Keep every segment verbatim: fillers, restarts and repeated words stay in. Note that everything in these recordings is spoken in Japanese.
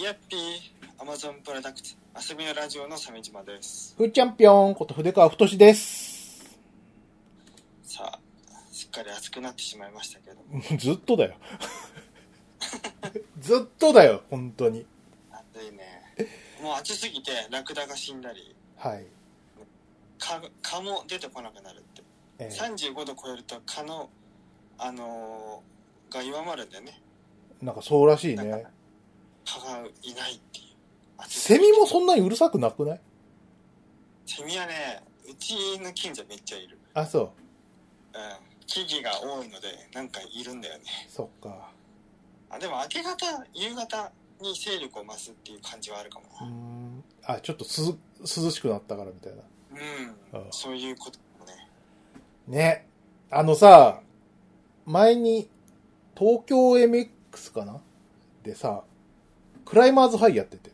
イヤッピー、アマゾンプロダクツ、遊びのラジオの鮫島です。 ふーチャンピオンこと筆川太です。 さあ、すっかり暑くなってしまいましたけど。 ずっとだよ。ずっとだよ、本当に。 暑いね。もう暑すぎてラクダが死んだり、 はい。 蚊、蚊も出てこなくなるって。えー、さんじゅうごど超えると蚊の、あのー、が弱まるんだよね。 なんかそうらしいね。 蚊がいないっていう。 セミもそんなにうるさくなくない？ セミはね、うちの近所めっちゃいる。 あ、そう。 うん。木々が多いので、なんかいるんだよね。 そっか。 あ、でも明け方、夕方に勢力を増すっていう感じはあるかもな。 うーん。あ、ちょっとす涼しくなったからみたいな。 うん。うん、そういうこともね。 ね。あのさ、前に、東京 エムエックス かなでさ、クライマーズハイやってて。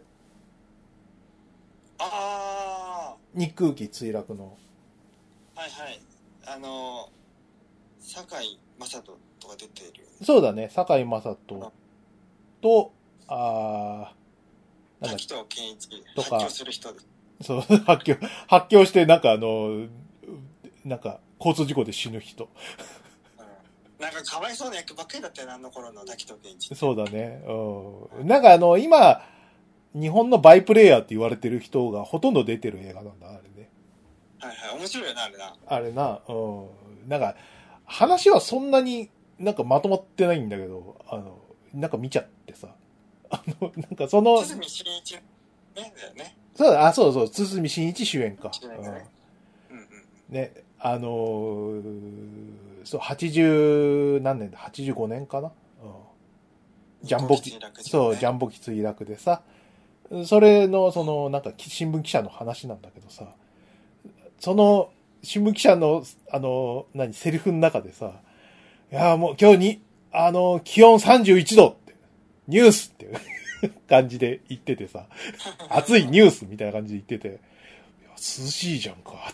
ああ。 日空機墜落の。 はいはい。あの、堺雅人とか出てるよね。 そうだね。堺雅人と、あー、なんだっけ。滝藤健一とか。 発狂する人です。 そう、発狂、発狂してなんかあの、なんか交通事故で死ぬ人。 なんかかわいそうな役ばっかりだったよね、あの頃の滝藤健一。 そうだね。うん。なんかあの、今、日本のバイプレイヤーって言われてる人がほとんど出てる映画なんだ、あれね。 はいはい、面白いよな、あれな。 あれな、うん。なんか、話はそんなになんかまとまってないんだけど、あの、なんか見ちゃってさ。あの、なんかその、 堤真一ね、だよね。 そうだ、あ、そうそう、堤真一主演か。 主演だね。うんうん。 ね、あのー、そう、はちじゅう何年だ、はちじゅうごねんかな、うん、ジャンボ機、ね、そう、ジャンボ機墜落でさ、それの、その、なんか、新聞記者の話なんだけどさ、その、新聞記者の、あの、何、セリフの中でさ、いや、もう今日に、あの、気温さんじゅういちどって、ニュースっていう感じで言っててさ、暑いニュースみたいな感じで言ってて、いや涼しいじゃんかって。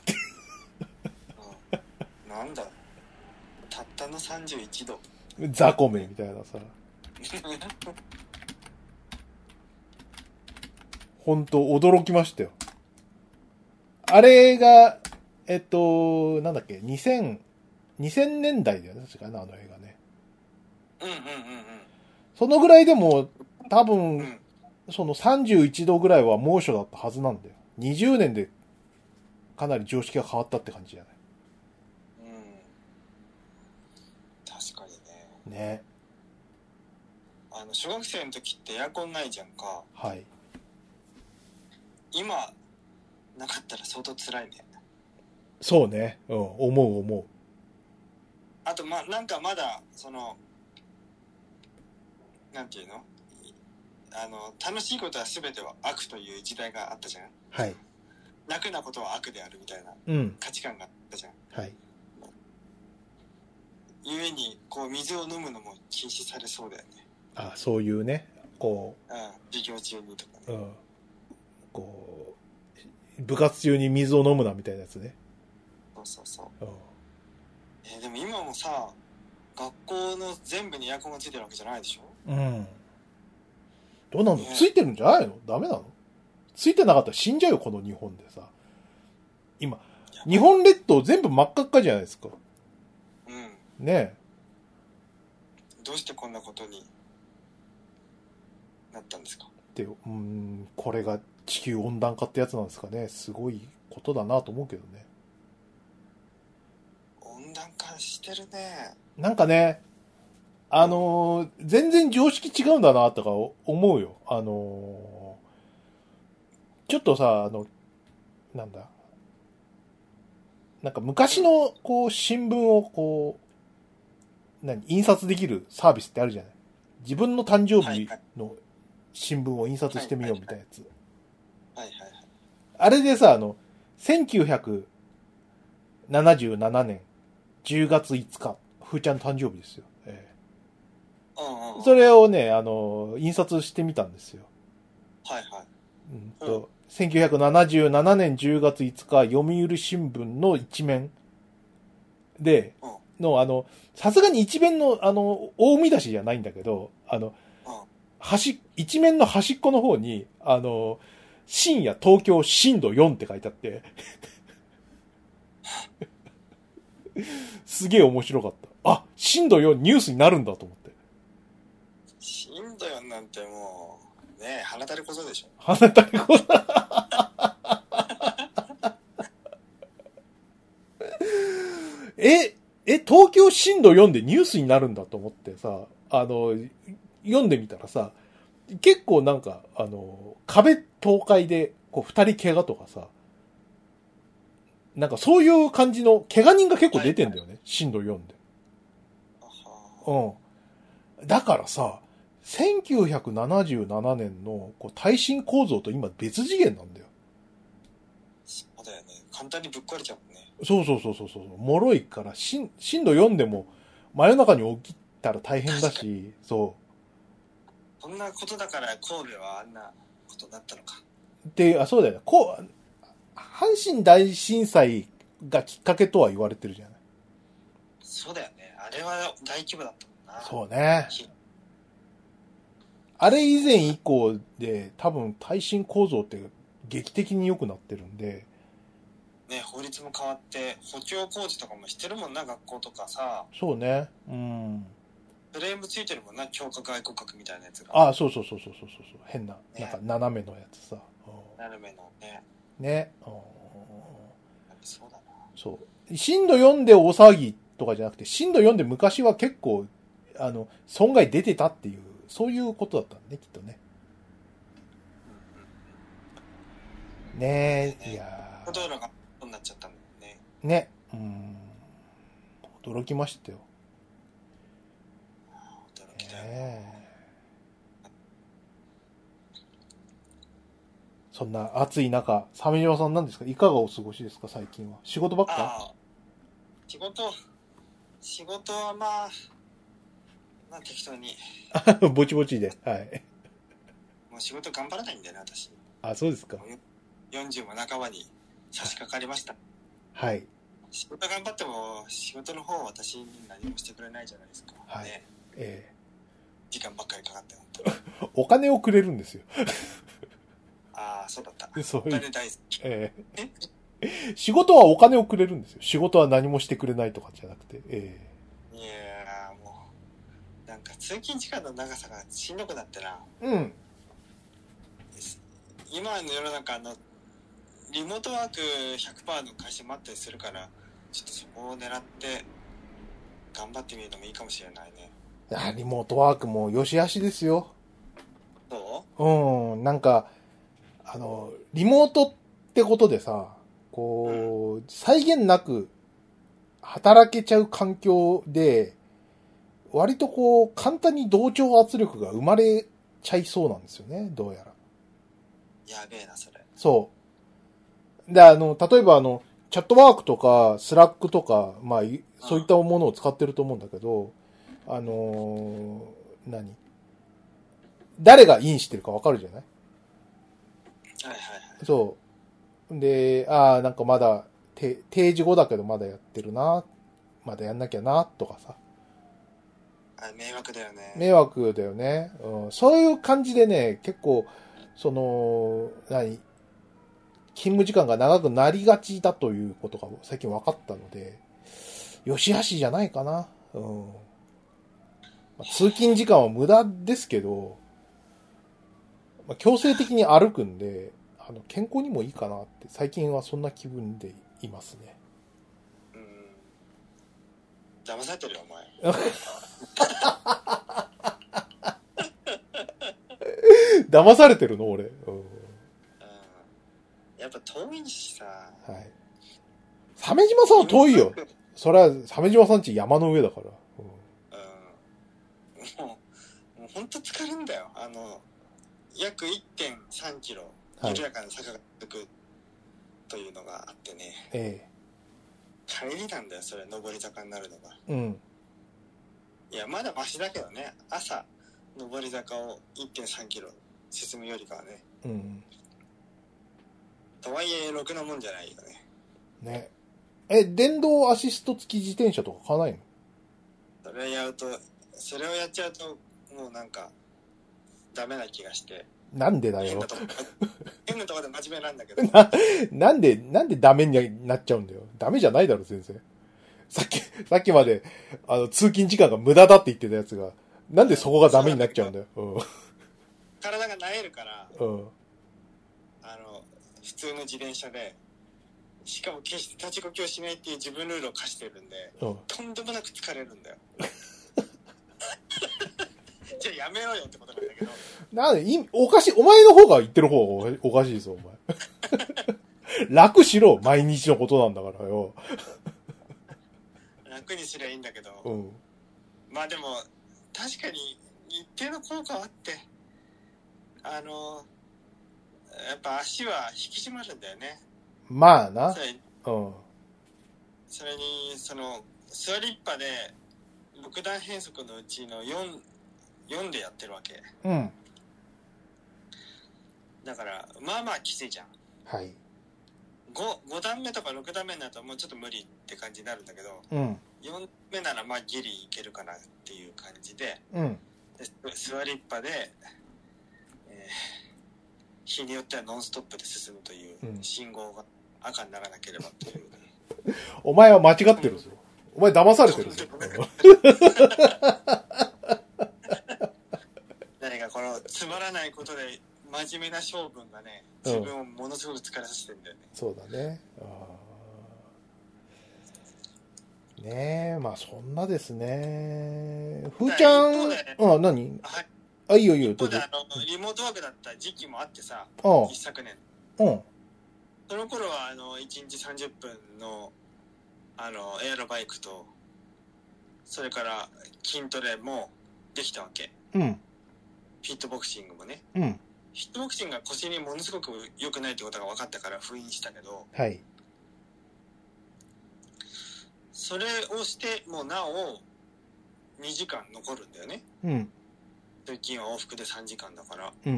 なんだたったのさんじゅういちど雑魚めみたいなさ本当驚きましたよ。あれがえっとなんだっけにせん、にせんねんだいだよね確かな、あの映画ね。 うんうんうんうん。 そのぐらいでも多分、うん、そのさんじゅういちどぐらいは猛暑だったはずなんだよ。にじゅうねんでかなり常識が変わったって感じじゃない。ね。 あの小学生の時ってエアコンないじゃんか。 はい。 今なかったら相当辛いね。 そうね。うん、思う思う。 あとまなんかまだそのなんていうの、あの楽しいことは全ては悪という時代があったじゃん。 はい。 楽なことは悪であるみたいな価値観があったじゃん。 うん、はい。 ゆえにこう水を飲むのも禁止されそうだよね。 あ、そういうね、こう、うん、授業中にとかね。 うん、こう部活中に水を飲むなみたいなやつね。 そうそうそう。うん、えー、でも今もさ、学校の全部にエアコンがついてるわけじゃないでしょ。うん。 どうなの、ね、ついてるんじゃないの？ダメなの？ついてなかったら死んじゃうよこの日本でさ。今日本列島全部真っ赤っかじゃないですか。ねえ。 どうしてこんなことになったんですか？ で、うーん、これが地球温暖化ってやつなんですかね。すごいことだなと思うけどね。 温暖化してるね。 なんかね、あのー、全然常識違うんだなとか思うよ。あのー、ちょっとさ、あの、なんだ。なんか昔のこう新聞をこう何印刷できるサービスってあるじゃない。自分の誕生日の新聞を印刷してみようみたいなやつ。 はいはいはい。 あれでさ、あの、せんきゅうひゃくななじゅうななねんじゅうがついつか、ふーちゃんの誕生日ですよ。ええ、それをね、あの、印刷してみたんですよ。 はいはい。 うんと、うん、せんきゅうひゃくななじゅうななねんじゅうがついつか、読売新聞の一面で、うんの、あの、さすがに一面の、あの、大見出しじゃないんだけど、あの、 端、一面の端っこの方に、あの、深夜東京震度よんって書いてあって、すげえ面白かった。あ、震度よんニュースになるんだと思って。 震度よんなんてもう、ねえ、鼻たれこそでしょ。 鼻たれこそ。え、え、東京震度よんでニュースになるんだと思ってさ、あの、読んでみたらさ、結構なんか、あの、壁倒壊で、こう、二人怪我とかさ、なんかそういう感じの、怪我人が結構出てんだよね、はい、震度よんで。うん。だからさ、せんきゅうひゃくななじゅうななねんのこう耐震構造と今別次元なんだよ。 そうだよね。簡単にぶっ壊れちゃうもんね。 そうそうそうそうそう。脆いから、震、震度よんでも真夜中に起きたら大変だし、そう。 こんなことだから神戸はあんなことだったのか。 で、あ、そうだよね。こう、阪神大震災がきっかけとは言われてるじゃない。 そうだよね。あれは大規模だったもんな。 そうね。あれ以前以降で多分耐震構造って劇的に良くなってるんで。 ね、法律も変わって補強工事とかもしてるもんな、学校とかさ。 そうね。うん。 フレームついてるもんな、強化外骨格みたいなやつが。 ああ、そうそうそうそうそうそう。変な、ね、なんか斜めのやつさ。 斜めのね。 ね。 そうだな。 そう。震度よんで大騒ぎとかじゃなくて、震度よんで昔は結構、あの、損害出てたっていう、そういうことだったんね、きっとね。ねえ、いやー。道路がこうなっちゃったんだよね。 ね。うん。驚きましたよ。 驚きだよ。 ね、そんな暑い中、鮫島さんなんですか？いかがお過ごしですか最近は？仕事ばっか？ あ仕事、仕事はまあ、まあ適当に。 ぼちぼちで。はい。 もう仕事頑張らないんだよね、私。 あ、そうですか。 よんじゅうも半ばに差し掛かりました。 はい。 仕事頑張っても、仕事の方は私に何もしてくれないじゃないですか。 はい。 ね、 ええ時間ばっかりかかって、本当に。お金をくれるんですよ。 ああ、そうだった。 そういう。 お金大好き。 ええ仕事はお金をくれるんですよ。仕事は何もしてくれないとかじゃなくて。ええいやー、もう、なんか通勤時間の長さがしんどくなってな。 うん。 今の世の中のリモートワーク ひゃくパーセント の会社もあったりするから、ちょっとそこを狙って頑張ってみるのもいいかもしれないね。 いや、リモートワークも良し悪しですよ。 そう？ うん、なんか、あの、リモートってことでさ、こう、うん、際限なく働けちゃう環境で、割とこう、簡単に同調圧力が生まれちゃいそうなんですよね、どうやら。 やべえな、それ。 そう。で、あの、例えばあの、チャットワークとか、スラックとか、まあ、そういったものを使ってると思うんだけど、あのー、何誰がインしてるかわかるじゃない？ はいはいはい。 そう。で、ああ、なんかまだ、定時後だけどまだやってるな。まだやんなきゃな、とかさ。 あ、迷惑だよね。 迷惑だよね。うん。そういう感じでね、結構、その、何勤務時間が長くなりがちだということが最近分かったので、よしあしじゃないかな。うん。まあ、通勤時間は無駄ですけど、まあ、強制的に歩くんで、あの、健康にもいいかなって、最近はそんな気分でいますね。 うん。騙されてるよ、お前。 騙されてるの俺。うん。 やっぱ遠いしさ。 はい。鮫島さんは遠いよ。それは、鮫島さんち山の上だから。 うん。うん、もう、もうほんと疲れるんだよ。あの、約 いってんさんキロ、緩やかな坂が続くというのがあってね。 ええ。 帰りなんだよ、それ、上り坂になるのが。 うん。 いや、まだマシだけどね。朝、上り坂を いってんさんキロ進むよりかはね。 うん。 とはいえ、ろくなもんじゃないよね。 ね。え、電動アシスト付き自転車とか買わないの？ それやると、それをやっちゃうと、もうなんか、 ダメな気がして。 なんでだよ。 変なとこ、変なとこで真面目なんだけど。 な、なんで、なんでダメになっちゃうんだよ。ダメじゃないだろ、先生。さっき、さっきまで、あの、通勤時間が無駄だって言ってたやつが、なんでそこがダメになっちゃうんだよ。うん、 体が萎えるから、 うん、 あの、普通の自転車で、しかも決して立ちこきをしないっていう自分ルールを課してるんで、うん、とんでもなく疲れるんだよ。じゃあやめろよってことなんだけど。 なんで、い、おかしい、お前の方が言ってる方がおかしいぞ、お前。楽しろ、毎日のことなんだからよ。 楽にすりゃいいんだけど、 うん、 まあでも、確かに一定の効果はあって、あの、やっぱ足は引き締まるんだよね。 まあな。 それ、 うん、 それに、その、座りっぱで、ろく段変速のうちのよん、よんでやってるわけ。 うん。 だから、まあまあきついじゃん。 はい。 ご、ご段目とかろく段目になるともうちょっと無理って感じになるんだけど、 うん。 よん目ならまあギリいけるかなっていう感じで、 うん。 で座りっぱで、えー、日によってはノンストップで進むという信号が赤にならなければという、 ね、お前は間違ってるぞ。お前騙されてるぞ。 何かこのつまらないことで真面目な性分がね、自分をものすごく疲れさせてるんだよね。 うん、そうだね。あねえ、まあそんなですね。ふーちゃん、あ、何？はい。あ、いいよいいよ。 一方であのリモートワークだった時期もあってさ、一昨年。 うん。 その頃はあのいちにちさんじゅっぷんのあのエアロバイクと、それから筋トレもできたわけ。 うん。 フィットボクシングもね。 うん。フィットボクシングが腰にものすごく良くないってことが分かったから封印したけど。 はい。 それをしてもなおにじかん残るんだよね。 うん。 通勤は往復でさんじかんだから。 うん。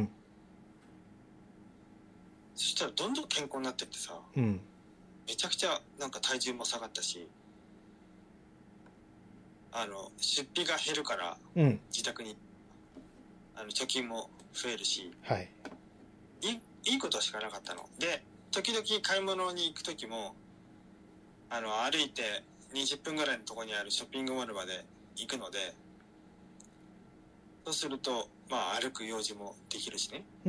そしたらどんどん健康になってってさ、 うん、 めちゃくちゃなんか体重も下がったし、あの出費が減るから、 うん、 自宅にあの貯金も増えるし、 はい、 いいいいことしかなかったので、時々買い物に行く時もあの歩いてにじゅっぷんぐらいのところにあるショッピングモールまで行くので、そうするとまあ歩く用事もできるしね、 うん、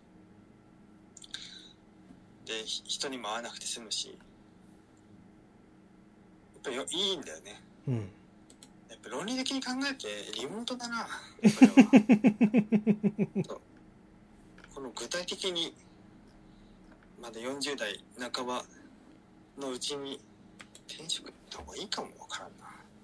で人にも会わなくて済むし、やっぱりよいいんだよね。 うん、 やっぱ論理的に考えてリモートだな、これは。この具体的にまだよんじゅう代半ばのうちに転職した方がいいかもわからん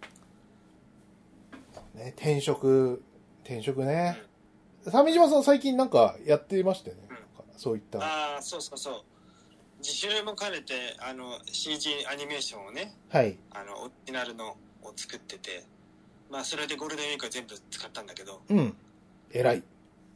な。ね、転職、転職ね。うん、鮫島さん最近なんかやってましたよね。うん、そういった。 ああ、そうそうそう。自主も兼ねてあの シージー アニメーションをね、 はい、 あのオリジナルのを作ってて、まあそれでゴールデンウィークは全部使ったんだけど、 うん、偉い、うん、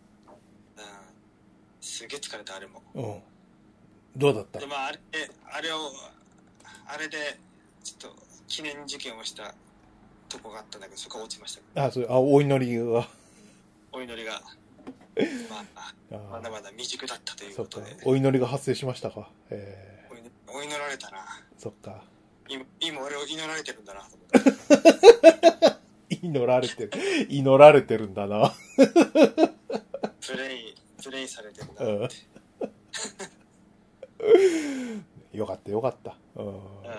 すげえ疲れたあれも、 うん、どうだった？ でまああれあれをあれでちょっと記念受験をしたとこがあったんだけど、そこは落ちました。 あ、そう、あ、お祈りがお祈りがまあ、まだまだ未熟だったということで。 お祈りが発生しましたか。えー、お祈られたな。 そっか。 今、今俺を祈られてるんだなと思って。祈られてる。祈られてるんだな。 プレイ、プレイされてるんだなって。 うん、よかったよかった。うん。うん、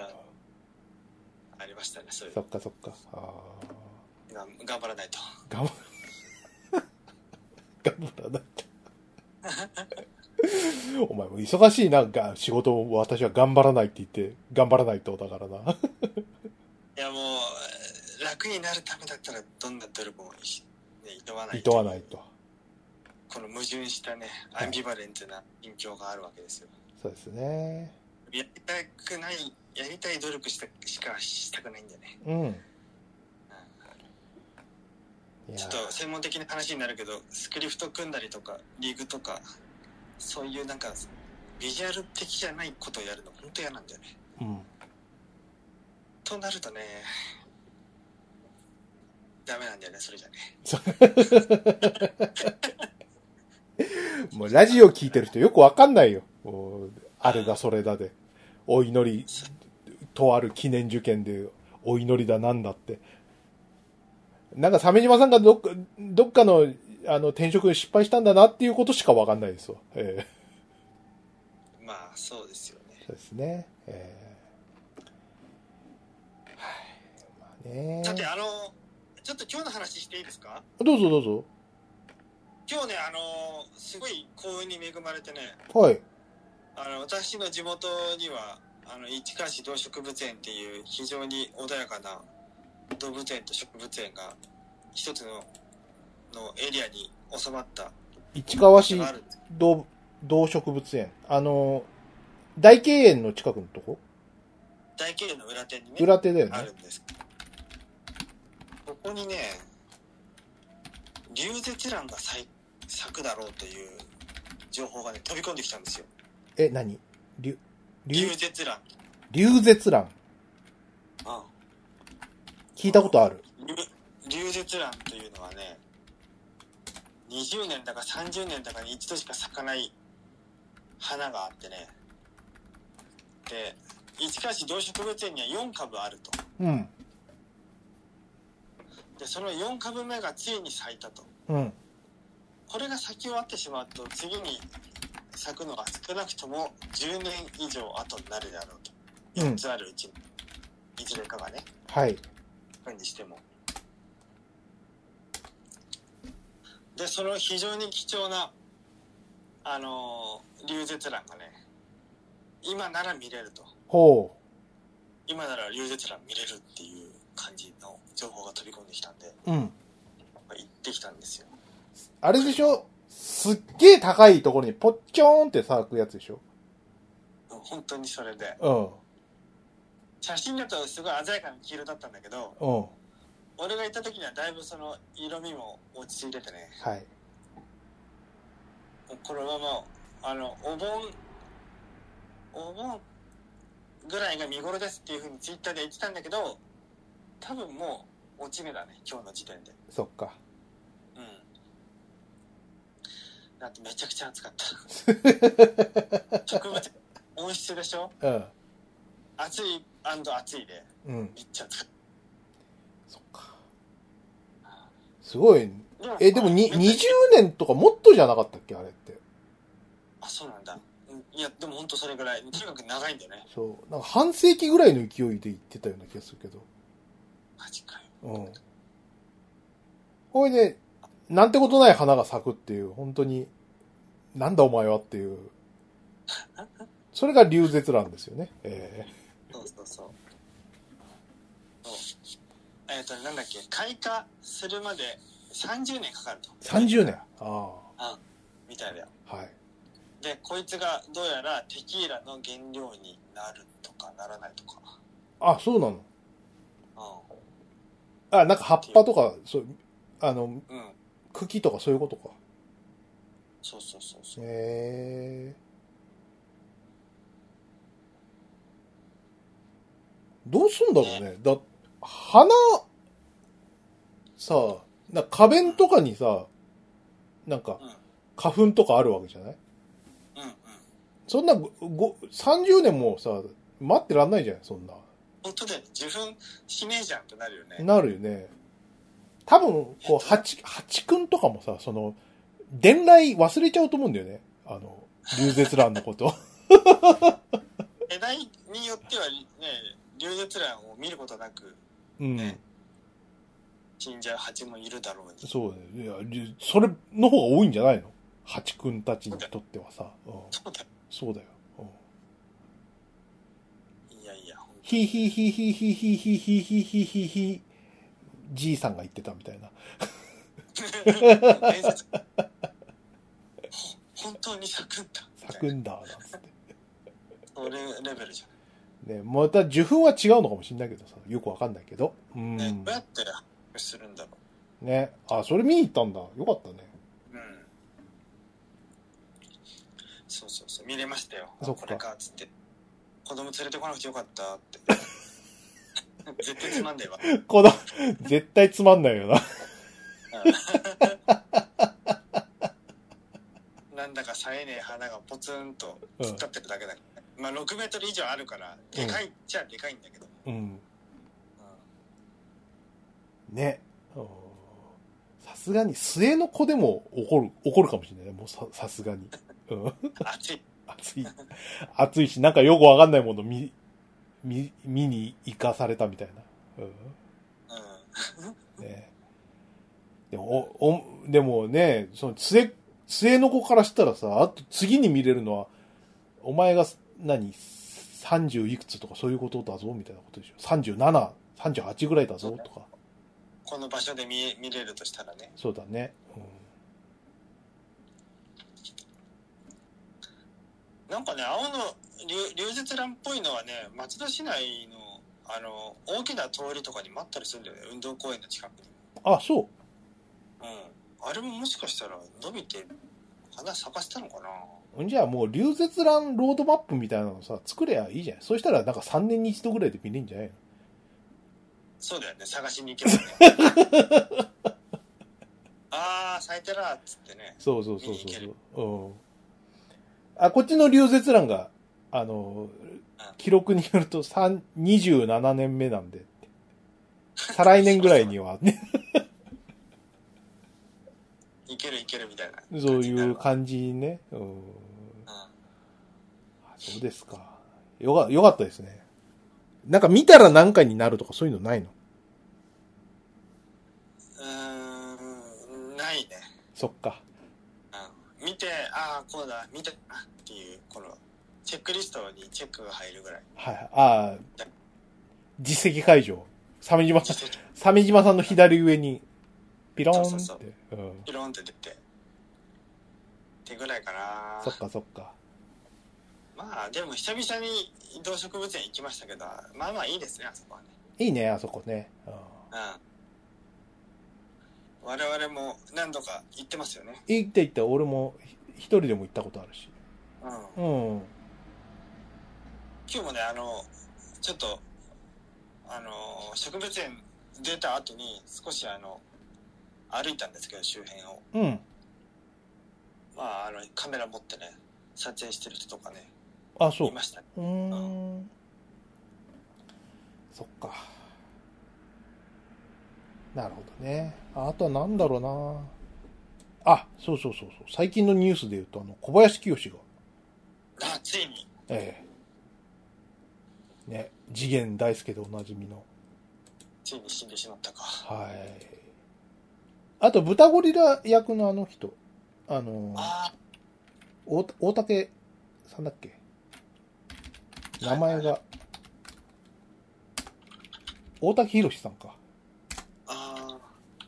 ありましたね、そういう。 そっかそっか。あが頑張らないと。 頑張頑張らないと。お前も忙しいな、仕事を私は頑張らないって言って頑張らないとだからな。いやもう楽になるためだったらどんな努力も、ね、厭わないと。厭わないと。 この矛盾したね、アンビバレントな心境があるわけですよ。 そうですね。 やりたくない、やりたい努力したしかしたくないんだよね。 うん。 ちょっと専門的な話になるけど、スクリプト組んだりとかリーグとかそういうなんかビジュアル的じゃないことをやるの本当嫌なんだよね。 うん。 となるとね、ダメなんだよね、それじゃね。 もうラジオ聞いてる人よくわかんないよ。あれだそれだで。お祈り、とある記念受験でお祈りだなんだって。なんか鮫島さんがどっか、どっかの、あの、転職で失敗したんだなっていうことしかわかんないですわ。えー、まあ、そうですよね。 そうですね。えー、はい。まあね。 さて、あの、ちょっと今日の話していいですか？ どうぞどうぞ。 今日ね、あの、すごい幸運に恵まれてね、 はい。 あの、私の地元には、あの、市川市動植物園っていう非常に穏やかな動物園と植物園が一つののエリアに収まった市川市動動植物園、あの大敬園の近くのとこ、 大敬園の裏手にね、 裏手だよね、 あるんです。ここにね、リュウゼツランが咲くだろうという情報がね飛び込んできたんですよ。 え、何？リュリュウゼツラン。 リュウゼツラン。 ああ、 聞いたことある。 リュウゼツランというのはね、にじゅうねんだかさんじゅうねんだかに一度しか咲かない花があってね。で、市川市動植物園にはよんかぶあると。 うん。 で、そのよんかぶめがついに咲いたと。 うん。これが咲き終わってしまうと、次に咲くのが少なくともじゅうねん以上後になるであろうと。よっつあるうちに、うん、いずれかがね。 はい。 にしても。で、その非常に貴重な、あのー、リュウゼツランがね、今なら見れると。 ほう。 今ならリュウゼツラン見れるっていう感じの情報が飛び込んできたんで、 うん。 行ってきたんですよ。 あれでしょ？すっげえ高いところにポッチョーンって咲くやつでしょ？ 本当にそれで。 うん。 写真だとすごい鮮やかな黄色だったんだけど、 うん。 俺が行った時にはだいぶその色味も落ち着いててね。 はい。 このまま、あの、お盆、お盆ぐらいが見頃ですっていう風にツイッターで言ってたんだけど、多分もう落ち目だね、今日の時点で。 そっか。 うん。だってめちゃくちゃ暑かった。植物、温室でしょ？ うん。 暑い暑いで、 うん。 めっちゃ暑かった。 そっか。すごい。え、でもににじゅうねんとかもっとじゃなかったっけあれって。あ、 そうなんだ。いや、でも本当それぐらい。とにかく長いんだよね。 そう。なんか半世紀ぐらいの勢いで言ってたような気がするけど。 マジかよ。 うん。ほいで、なんてことない花が咲くっていう、本当に、なんだお前はっていう。それがリュウゼツランですよね。えー、そうそうそう。えっ、ー、と、なんだっけ、開花するまでさんじゅうねんかかると。 さんじゅうねん。ああ。 あ、みたいだよ。 はい。 で、こいつがどうやらテキーラの原料になるとかならないとか。 あ、そうなの。 うん。 あ、なんか葉っぱとか、そう、あの、うん、茎とかそういうことか。 そうそうそうそう。 へえ。どうすんだろうね。ね、だ、花、さ、な花弁とかにさ、なんか、花粉とかあるわけじゃない？ うんうん。 そんな、ご、さんじゅうねんもさ、待ってらんないじゃん、そんな。 本当だよ。受粉しねえじゃんってなるよね。 なるよね。多分、こう、蜂、蜂くんとかもさ、その、伝来忘れちゃうと思うんだよね。あの、リュウゼツランのこと。 世代によってはね、リュウゼツランを見ることなく、 うん。 ね、死んじゃう蜂もいるだろうに。 そうね。いや、それの方が多いんじゃないの？蜂くんたちにとってはさ。うん、 そうだよ。 そうだよ。うん、 いやいや、 ひひひひひひひひひひひひじいさんが言ってたみたいな。 伝説。本当に咲くんだ。 咲くんだ、なんつって。 それレベルじゃん。ね、また受粉は違うのかもしれないけどさ、よくわかんないけど。うん。 ね、どうやってするんだろう。ね、あ、それ見に行ったんだ。よかったね。 うん。そうそうそう、見れましたよ。 そっか。 これかっつって。子供連れてこなくてよかったって。絶対つまんねえわ。 子供、絶対つまんないよな。 なんだか冴えねえ花がポツンと突っ立ってるだけだから、ね、うん、まあろくメートル以上あるからでかいっちゃでかいんだけど、 うん、うん、ね、さすがに末の子でも怒る怒るかもしれない。もうささすがに、うん、 暑い暑い暑いし、なんかよくわかんないもの見見見に行かされたみたいな、うん、うん、ね、でもおおでもね、その末末の子からしたらさ、あと次に見れるのはお前が何さんじゅういくつとかそういうことだぞみたいなことでしょ。さんじゅうなな、さんじゅうはちぐらいだぞとか。 この場所で 見, 見れるとしたらね。 そうだね、 うん、なんかね、青の龍舌蘭っぽいのはね、松戸市内のあの大きな通りとかにもあったりするんだよね、運動公園の近くに。 あ、そう。 うん、あれももしかしたら伸びて花咲かせたのかな。 じゃあもう龍舌蘭ロードマップみたいなのさ作ればいいじゃん。そうしたらなんかさんねんに一度ぐらいで見れるんじゃないの。 そうだよね、探しに行けばねああ咲いてらっつってね。 そうそうそうそうそう、うん、あ、こっちの龍舌蘭があの、うん、記録によるとにじゅうななねんめなんで再来年ぐらいにはねいけるいけるみたいな、 そういう感じね、うん、うん、そうですか。よか、よかったですね。なんか見たら何回になるとかそういうのないの？ うーん、ないね。 そっか。 うん、見て、ああこうだ見てあっていうこのチェックリストにチェックが入るぐらい。 はい。ああ、実績解除。鮫島さん、鮫島さんの左上にピローンって、そうそうそう、うん、 ピローンって出てってぐらいかな。 そっかそっか。 まあでも久々に動植物園行きましたけど、まあまあいいですね、あそこはね。 いいね、あそこね。うん。うん、 我々も何度か行ってますよね。 行って行った、俺も一人でも行ったことあるし。うん。うん。 今日もね、あのちょっとあの植物園出た後に少しあの歩いたんですけど周辺を。 うん。 まああのカメラ持ってね撮影してる人とかね。 あ、そう。 いましたね。 うーん。うん、そっか。なるほどね。あとはなんだろうな。あ、そうそうそうそう。最近のニュースで言うと、あの、小林清が。 あ、ついに。 ええ。ね、次元大介でおなじみの。 ついに死んでしまったか。 はい。あと、豚ゴリラ役のあの人。あの、 あ大、大竹さんだっけ？名前が。大竹宏さんか。 ああ。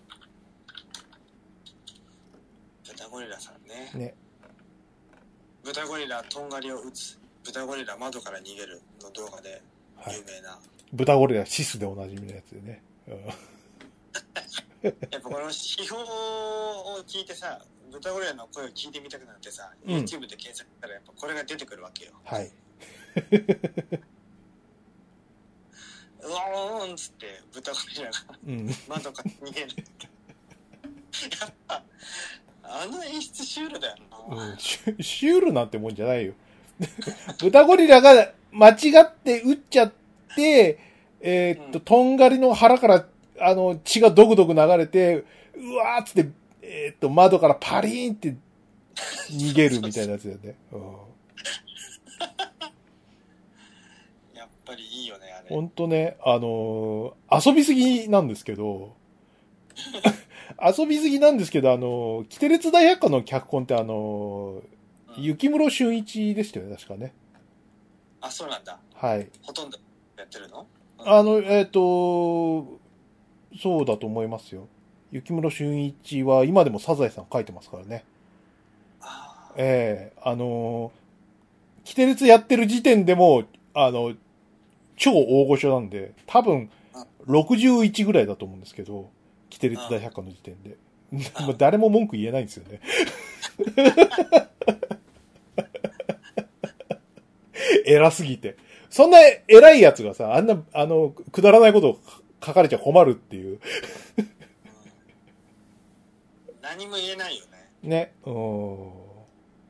豚ゴリラさんね。 ね。 豚ゴリラとんがりを打つ。豚ゴリラ窓から逃げるの動画で有名な。はい、 豚ゴリラシスでおなじみのやつでね。うん、 やっぱこの批評を聞いてさ、豚ゴリラの声を聞いてみたくなってさ、うん、YouTube で検索したらやっぱこれが出てくるわけよ。 はい。 うわーんっつって豚ゴリラが、うん、窓から逃げる。やっぱあの演出シュールだよな、 うん、シュシュールなんてもんじゃないよ。豚ゴリラが間違って撃っちゃって、えー、っと、うん、とんがりの腹からあの血がドクドク流れて、うわーっつって、えー、っと窓からパリーンって逃げるみたいなやつだよね。うん、 やっぱりいいよねあれ。 ほんとね、あのー、遊びすぎなんですけど。遊びすぎなんですけど、あの、キテレツ大百科の脚本ってあの、うん、雪室俊一でしたよね、確かね。 あ、そうなんだ。 はい。 ほとんどやってるの？ うん、あの、えっと、そうだと思いますよ。雪室俊一は今でもサザエさん書いてますからね。 あええー、あの、キテレツやってる時点でも、あの、超大御所なんで、多分、ろくじゅういちぐらいだと思うんですけど、キテレツ大百科の時点で。誰も文句言えないんですよね。偉すぎて。そんな偉いやつがさ、あんな、あの、くだらないことを書かれちゃ困るっていう。 何も言えないよね。 ね。うん。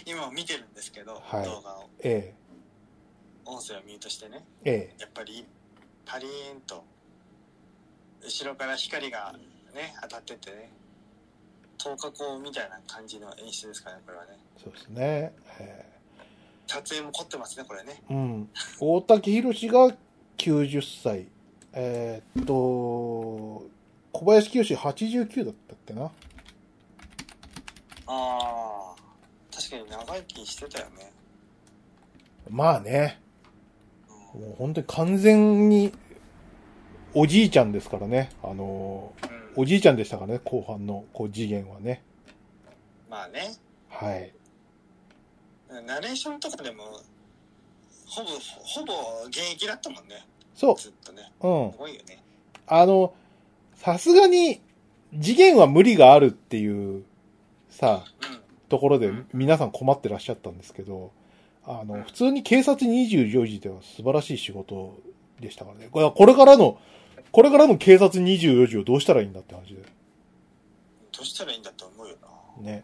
今見てるんですけど、 はい、 動画を。 ええ。 音声をミュートしてね。 ええ。 やっぱり、パリーンと、後ろから光がね、当たっててね、透過光みたいな感じの演出ですからね、これはね。 そうですね。ええ。 撮影も凝ってますね、これね。 うん。大竹宏がきゅうじゅっさい。えー、っと、小林清はちじゅうきゅうだったっけな。 ああ、確かに長生きしてたよね。 まあね。 うん、 もう本当に完全に、おじいちゃんですからね。あの、うん、おじいちゃんでしたからね、後半の、こう、次元はね。 まあね。 はい。 ナレーションとかでも、ほぼ、ほぼ現役だったもんね。 そう。 ずっとね。 うん。 すごいよね。 あの、さすがに、次元は無理があるっていう、さ、うん、ところで皆さん困ってらっしゃったんですけど、あの、うん、普通に警察にじゅうよじでは素晴らしい仕事でしたからね。これこれからの、これからの警察にじゅうよじをどうしたらいいんだって話で。 どうしたらいいんだと思うよな。ね。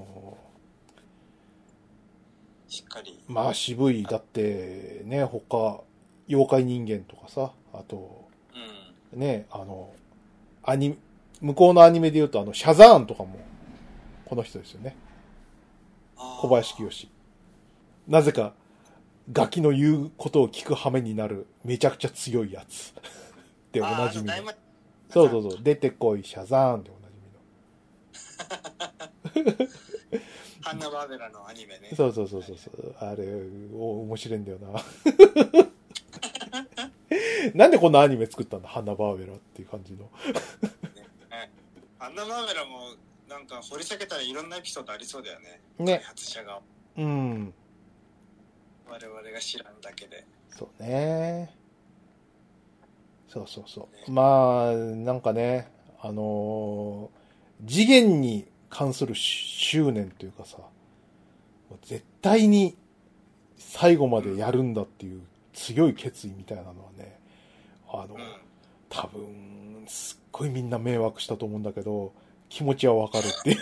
しっかり。 まあ渋い。だってね、他、妖怪人間とかさ、あと、うん、ね、あの、アニ、向こうのアニメで言うとあの、シャザーンとかも、この人ですよね。小林清。なぜか、ガキの言うことを聞く羽目になる、めちゃくちゃ強いやつ。でおなじみの。そうそうそう、出てこい、シャザーンでおなじみの。 ハンナバーベラのアニメね。 そうそうそうそう。あれ、お、面白いんだよな。なんでこんなアニメ作ったんだ、ハンナバーベラっていう感じの。ね、 ハンナバーベラも、なんか掘り下げたらいろんなエピソードありそうだよね。 ね。 開発者が。 うん。 我々が知らんだけで。 そうね。そうそうそう。ね、まあ、なんかね、あのー、次元に関する執念というかさ、絶対に最後までやるんだっていう強い決意みたいなのはね、あの、うん、多分、すっごいみんな迷惑したと思うんだけど、気持ちはわかるっていう。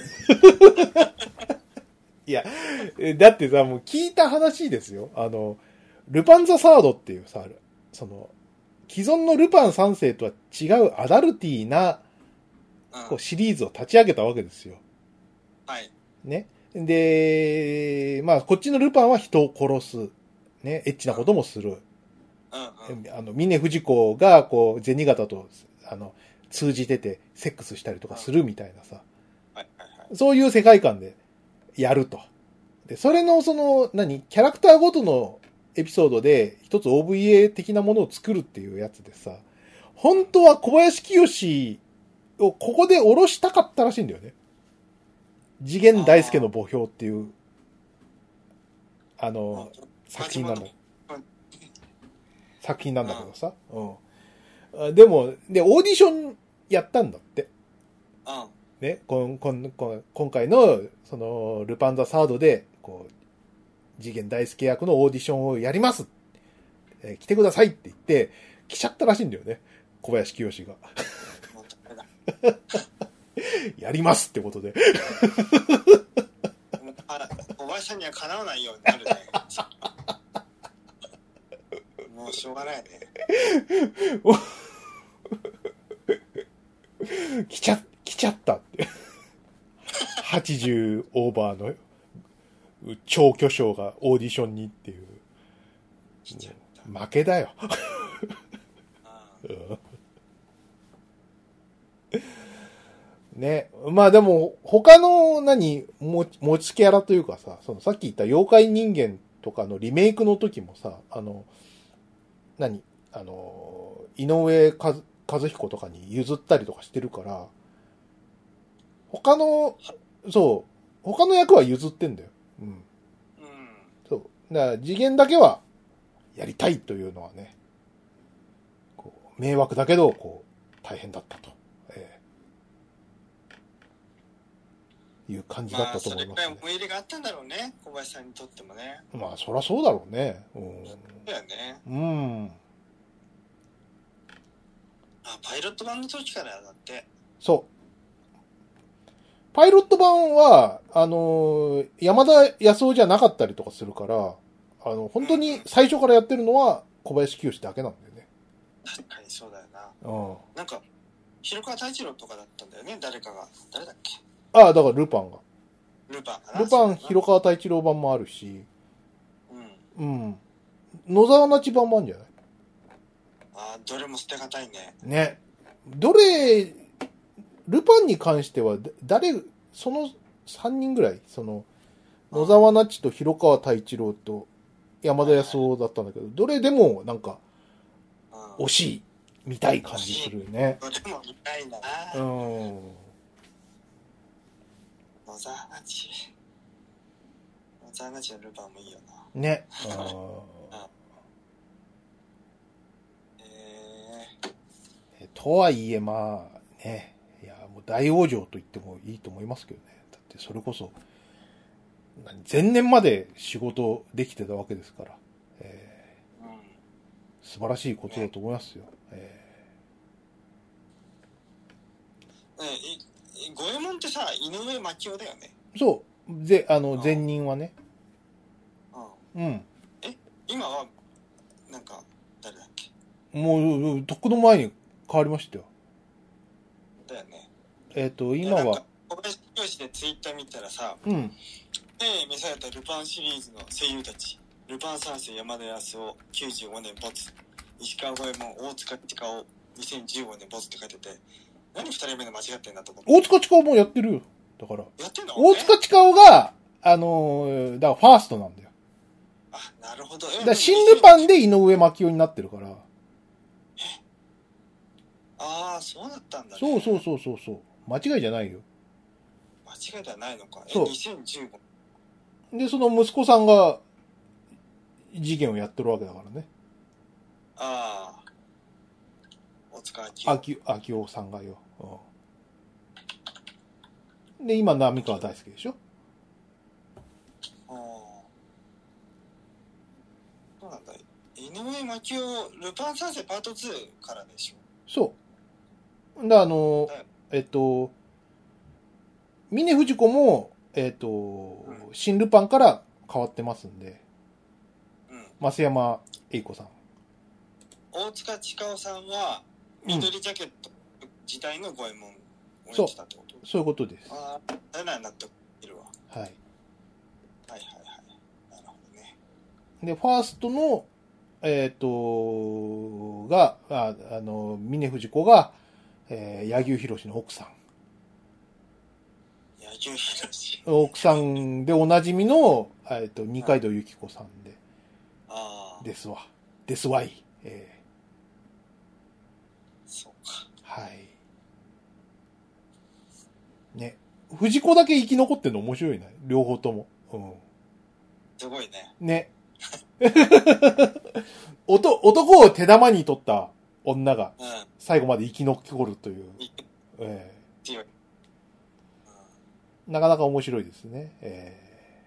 いや、だってさ、もう聞いた話ですよ。あの、ルパンザサードっていうさ、その、既存のルパン三世とは違うアダルティーな、こうシリーズを立ち上げたわけですよ。 はい。 ね。で、まあ、こっちのルパンは人を殺す。ね。エッチなこともする。 うんうん、 あの、峰不二子が、こう、銭形と、あの、通じてて、セックスしたりとかするみたいなさ。 はいはいはい、 そういう世界観でやると。で、それの、その、何キャラクターごとのエピソードで、一つ オーブイエー 的なものを作るっていうやつでさ、本当は小林清をここで下ろしたかったらしいんだよね。次元大介の墓標っていう、あの、作品なんだ。作品なんだけどさ。うん。でも、で、オーディションやったんだって。ね、こんこんこん今回の、その、ルパンザサードで、こう、次元大介役のオーディションをやります。えー、来てくださいって言って、来ちゃったらしいんだよね。小林清が。やりますってことで。 小林さんにはかなわないようになるね。もうしょうがないね。 来ちゃ、来ちゃったって。はちじゅうオーバーの超巨匠がオーディションにっていう。負けだよ。ね。まあでも、他の何、持ちキャラというかさ、そのさっき言った妖怪人間とかのリメイクの時もさ、あの、何あの、井上和彦とかに譲ったりとかしてるから、他の、そう、他の役は譲ってんだよ。うん。うん。そう。だから次元だけは、やりたいというのはね、こう迷惑だけど、こう、大変だったと。えー、いう感じだったと思いますね。まあ、それくらい思い入れがあったんだろうね。小林さんにとってもね。 まあ、そりゃそうだろうね。うん。 そうだよね。 うん。 あ、パイロット版の時からだって。 そう。 パイロット版は、あの、山田康夫じゃなかったりとかするから、あの、本当に最初からやってるのは小林清志だけなんだよね。 確かにそうだよな。 うん。 なんか、広川太一郎とかだったんだよね、誰かが。誰だっけ？ ああ、だからルパンが。 ルパンかな。 ルパン、広川太一郎版もあるし、 うん。 うん。野沢那智版もあるんじゃない？ ああ、どれも捨てがたいね。 ね。どれ、ルパンに関しては、誰、そのさんにんぐらい、その、野沢那智と広川太一郎と山田康夫だったんだけど、どれでもなんか、惜しい、見たい感じするよね。 どれも見たいな。 うん。 野沢那智。野沢那智のルパンもいいよな。 ね。 あえー、とはいえ、まあ、ね。いや、もう大往生と言ってもいいと思いますけどね。だってそれこそ、前年まで仕事できてたわけですから、えーうん、素晴らしいことだと思いますよ。ねえー、え、五右衛門ってさ、井上真紀夫だよね。 そう。で、あの、前任はね。うん。うん。 え、今は、なんか、誰だっけ？ もう、とっくの前に変わりましたよ。 だよね。 えっと、今は。 小林清でツイッター見たらさ、 うん。 で、召されたルパンシリーズの声優たち、ルパン三世山田康夫きゅうじゅうごねん没、石川五右衛門大塚千佳夫にせんじゅうごねん没って書いてて、何二人目で間違ってんだと思って。 大塚千佳夫もやってるよ。だから。 やってんの？ 大塚千佳夫が、あのー、だからファーストなんだよ。 あ、なるほど。 だから新ルパンで井上真紀夫になってるから。え？ ああ、そうだったんだね。 そうそうそうそうそう。間違いじゃないよ。 間違いではないのか。え、 そう。 にせんじゅうごで、その息子さんが事件をやってるわけだからね。 ああ。大塚明夫。明夫さんがよ。うん、で、今、浪川大輔でしょ。 ああ。そうなんだ。井上真紀夫、ルパン三世パートツーからでしょ。 そう。で、あの、えっと、峰不二子も、えっと、うん、新ルパンから変わってますんで、うん、増山栄子さん。 大塚千佳夫さんは、緑ジャケット自体の五右衛門を演じたってこと？ そう、そういうことです。 ああ、だな、納得いるわ。 はい。はいはいはい。なるほどね。 で、ファーストの、えっと、が、あ、あの、峰不二子が、えー、柳生博の奥さん。奥さんでおなじみの、えっと、二階堂由紀子さんで。ああ。ですわ。ですわい。えー、そうか。 はい。ね。藤子だけ生き残ってんの面白いね。両方とも。うん。 すごいね。 ね。おと男を手玉に取った女が、最後まで生き残るという。うん、えー、強い。なかなか面白いですね。え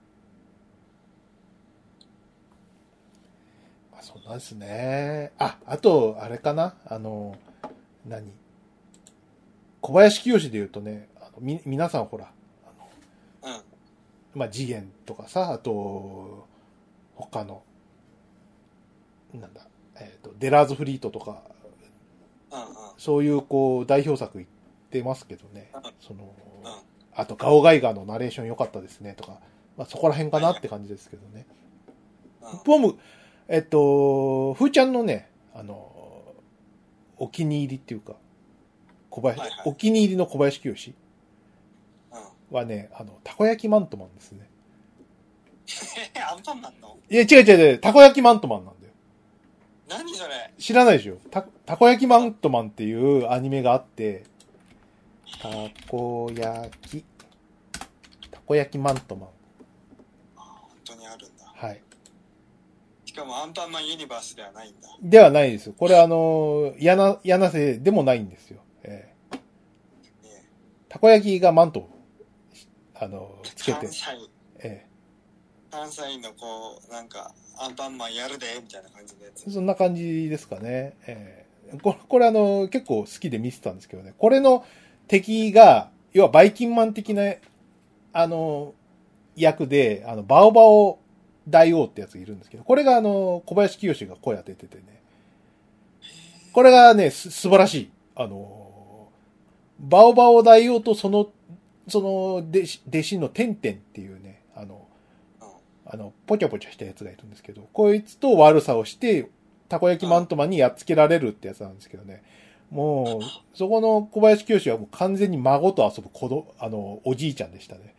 ー、まあ、そんなんですね。あ、あと、あれかなあの、何小林清志で言うとね、あのみ、皆さんほら、あの、うん。まあ、次元とかさ、あと、他の、なんだ、えっと、デラーズフリートとか、うんうん、そういう、こう、代表作言ってますけどね、うん、その、うん、あと、ガオガイガーのナレーション良かったですね、とか、まあ、そこら辺かなって感じですけどね。ポム、えっと、ふーちゃんのね、あの、お気に入りっていうか、小林、はいはい、お気に入りの小林清はね、あの、たこ焼きマントマンですね。 アンパンマンの？ いや、違う違う違う、たこ焼きマントマンなんだよ。 何それ？ 知らないでしょ。た、たこ焼きマントマンっていうアニメがあって、たこ焼き、たこ焼きマントマン。 あ、本当にあるんだ。 はい。 しかもアンパンマンユニバースではないんだ。 ではないですよ。これあの、やな、やなせでもないんですよ。えー、えー、たこ焼きがマントを、あの、つけて。関西。えー、関西のこう、なんか、アンパンマンやるで、みたいな感じのやつ。 そんな感じですかね。えー、これ、これあの、結構好きで見てたんですけどね。これの敵が、 要はバイキンマン的な、あの、役で、あの、バオバオ大王ってやついるんですけど、これがあの、小林清が声当てててね。これがね、す、素晴らしい。あの、バオバオ大王とその、その、弟子、弟子のテンテンっていうね、あの、あの、ポチャポチャしたやつがいるんですけど、こいつと悪さをして、たこ焼きマントマンにやっつけられるってやつなんですけどね。もう、そこの小林清はもう完全に孫と遊ぶ子ど、あの、おじいちゃんでしたね。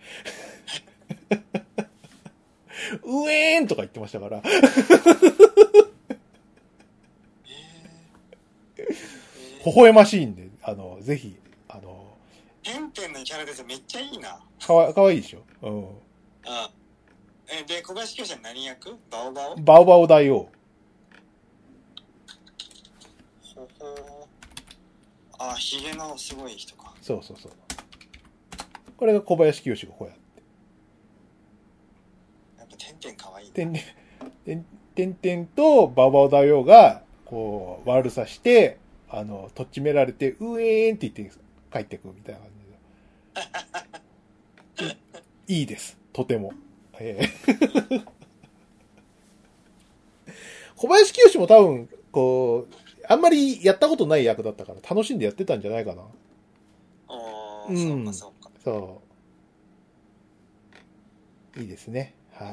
うえーんとか言ってましたから。微笑ましいんで、あの、ぜひ、あの、 テンテンのキャラですめっちゃいいな。 かわ、かわいいでしょ。うん。 あえ、で、小林清は何役？バオバオ？ バオバオ大王。 ほほー。あ、ヒゲのすごい人か。 そうそうそう。これが小林清がこうやって。 やっぱテンテンかわいいな。 てんてん、てんてんとバオバオ大王が、こう、悪さして、あの、とっちめられて、うえーんって言って帰ってくみたいな感じで。いいです。とても。えー、小林清も多分、こう、あんまりやったことない役だったから楽しんでやってたんじゃないかな。 おー、 うん、 そうかそうか。 そう。いいですね。はい。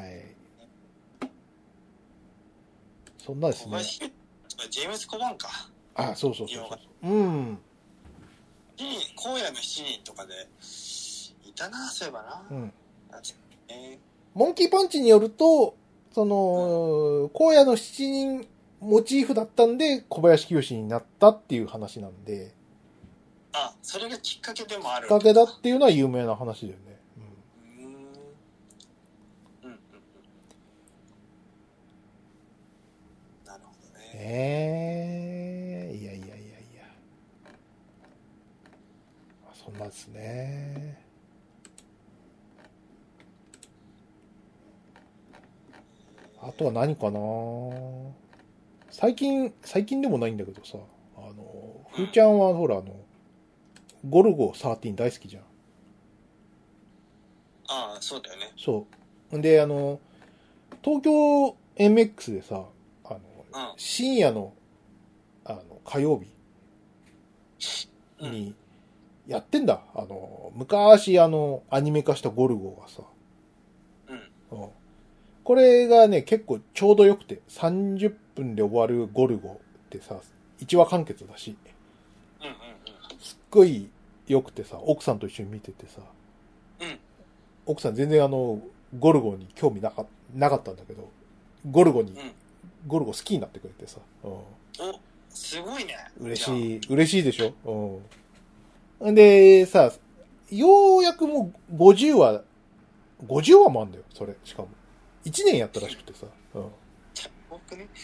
そんなですね。 小林清ジェームス・コバンか。 あ、そうそうそうそう。うん。 荒野の七人とかでいたな、そういえばな。 うん。 えー、 モンキーパンチによると、その、荒野の七人モチーフだったんで、小林清になったっていう話なんで。 あ、それがきっかけでもある。 きっかけだっていうのは有名な話だよね。 うん。うん。うんうん。なるほどね。 ええー、いやいやいやいや。そんなですね。あとは何かな最近、最近でもないんだけどさ、あの、ふーちゃんはほらあの、ゴルゴじゅうさん大好きじゃん。 ああ、そうだよね。 そう。んで、あの、東京 エムエックス でさ、あの、 うん、 深夜の、あの、火曜日にやってんだ。あの、昔あの、アニメ化したゴルゴがさ、 うん。 うん、これがね、結構ちょうどよくて、さんじゅっぷんで終わるゴルゴってさ、いちわ完結だし、 うんうんうん。 すっごい良くてさ、奥さんと一緒に見ててさ、 うん。 奥さん全然あの、ゴルゴに興味なかなかったんだけど、ゴルゴに、 うん、 ゴルゴ好きになってくれてさ、うん、 お、すごいね。 嬉しい、嬉しいでしょ。うん。で、さ、ようやくもうごじゅうわ、ごじゅうわもあんだよ、それ、しかも。いちねんやったらしくてさ。うん。 僕ね。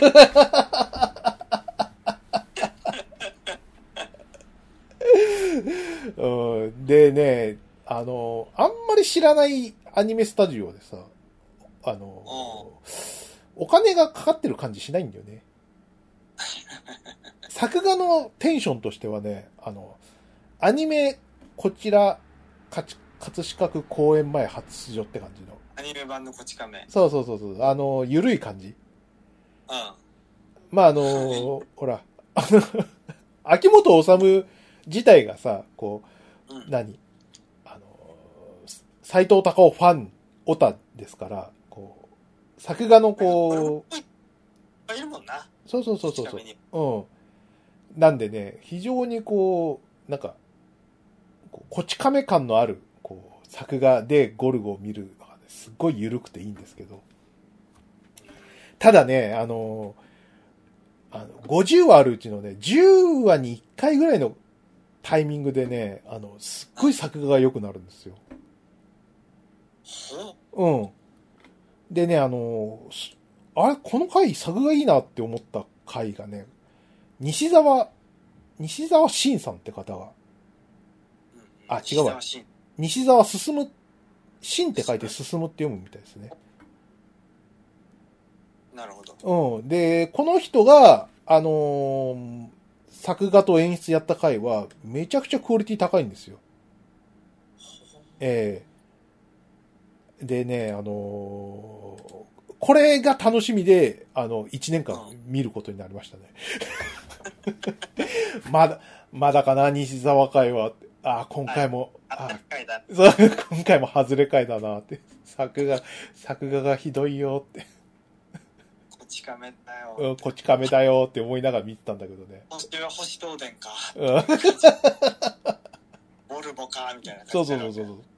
うん、でね、あの、あんまり知らないアニメスタジオでさ、あの、お金がかかってる感じしないんだよね。作画のテンションとしてはね、あの、アニメ、こちら、かち葛飾区公演前初出場って感じの。 アニメ版のこち亀。 そうそうそうそう。あの、ゆるい感じ。 うん。 まあ、あの、ほら、あの、秋元治自体がさ、こう、 うん、 何あの、斎藤隆夫ファン、オタですから、こう、作画のこう、 いっぱいいるもんな。 そうそうそうそうそう。うん。なんでね、非常にこう、なんか、こうこち亀感のある、こう、作画でゴルゴを見るのがね、すっごい緩くていいんですけど。ただね、あの、あの、ごじゅうわあるうちのね、じゅうわにいっかいぐらいのタイミングでね、あの、すっごい作画が良くなるんですよ。うん。でね、あの、あれ、この回作画いいなって思った回がね、西沢、西沢慎さんって方が、あ、違うわ。西沢進む、進って書いて進むって読むみたいですね。 なるほど。 うん。で、この人が、あのー、作画と演出やった回は、めちゃくちゃクオリティ高いんですよ。 ええでね、あのーこれが楽しみで、あの、一年間見ることになりましたね。まだ、まだかな、西沢会は。あ、今回も、 あ、 あ、 回だ。 そう、今回も外れ会だなって。作画、作画がひどいよって。 こち亀だよ。 うん、こち亀だよって思いながら見てたんだけどね。 星は星東電か。 うん。 ボルボか、みたいなそう感じだろそうそうそう。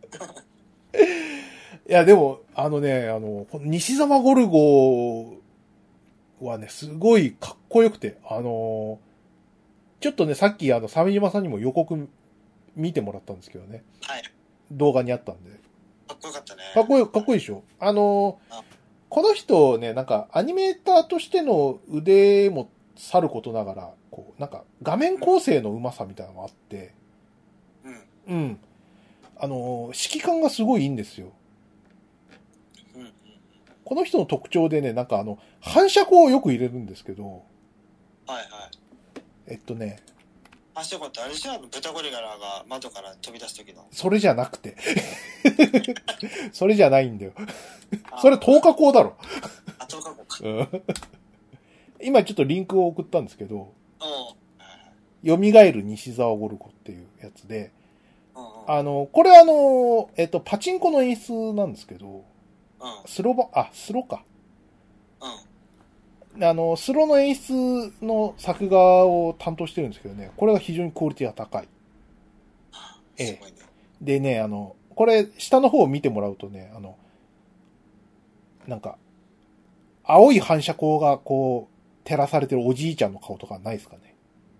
いや、でも、あのね、あの、この西沢ゴルゴはね、すごいかっこよくて、あの、ちょっとね、さっきあの、鮫島さんにも予告見てもらったんですけどね。 はい。 動画にあったんで。 かっこよかったね。 かっこよ、かっこいいでしょ。あのあ、 この人ね、なんか、アニメーターとしての腕もさることながら、こう、なんか、画面構成の上手さみたいなのがあって、 うん。 うん。あの、指揮感がすごいいいんですよ。 うん。うん。 この人の特徴でね、なんかあの、反射光をよく入れるんですけど、 はいはい。 えっとね、 あ、そういうこと。あれでしょ、あの豚ゴリラが窓から飛び出す時の。 それじゃなくて。それじゃないんだよ。 あそれ透過光だろ。 あ、とおかごか。 うん今ちょっとリンクを送ったんですけど、 うん。 蘇る西沢ゴルゴっていうやつで、 うんうん。 あの、これあの、えっと、パチンコの演出なんですけど、 うん。 スロバ、あ、スロか。 うん。 あの、スロの演出の作画を担当してるんですけどね、これが非常にクオリティが高い。ええすごいね。 でね、あの、これ、下の方を見てもらうとね、あの、なんか、青い反射光がこう、照らされてるおじいちゃんの顔とかないですかね。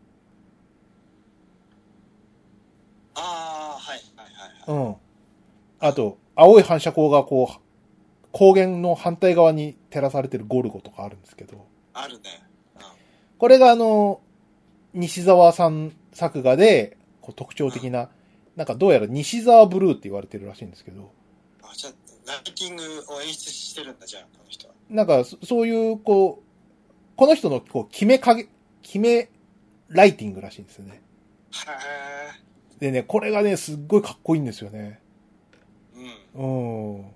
ああ、はいはいはいはい。 うん。あと、青い反射光がこう、光源の反対側に照らされてるゴルゴとかあるんですけど、 あるね。うん。 これがあの、西沢さん作画で、こう特徴的な、なんかどうやら西沢ブルーって言われてるらしいんですけど、 あ、じゃあ、ライティングを演出してるんだ、じゃあ、この人は。 なんかそそういう、こう、この人のこう決め影、決めライティングらしいんですよね。 へでね、これがね、すっごいかっこいいんですよね。 え。うん。 うん。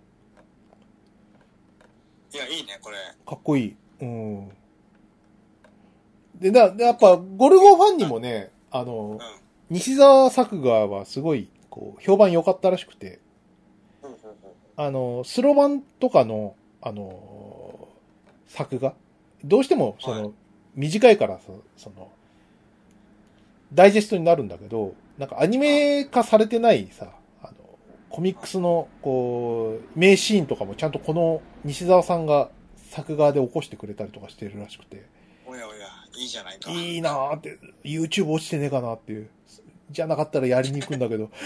いや、いいね、これ。 かっこいい。うん。で、だ、でやっぱ、ゴルゴファンにもね、あの、 うん。 西沢作画はすごい、こう、評判良かったらしくて、 うんうんうん。 あの、スロバンとかの、あの、作画、どうしても、その、 はい短いからそ、その、ダイジェストになるんだけど、なんかアニメ化されてないさ、あの、コミックスの、こう、名シーンとかもちゃんとこの西沢さんが作画で起こしてくれたりとかしてるらしくて、 おやおや、いいじゃないか。 いいなーって、YouTube 落ちてねえかなっていう。じゃなかったらやりに行くんだけど。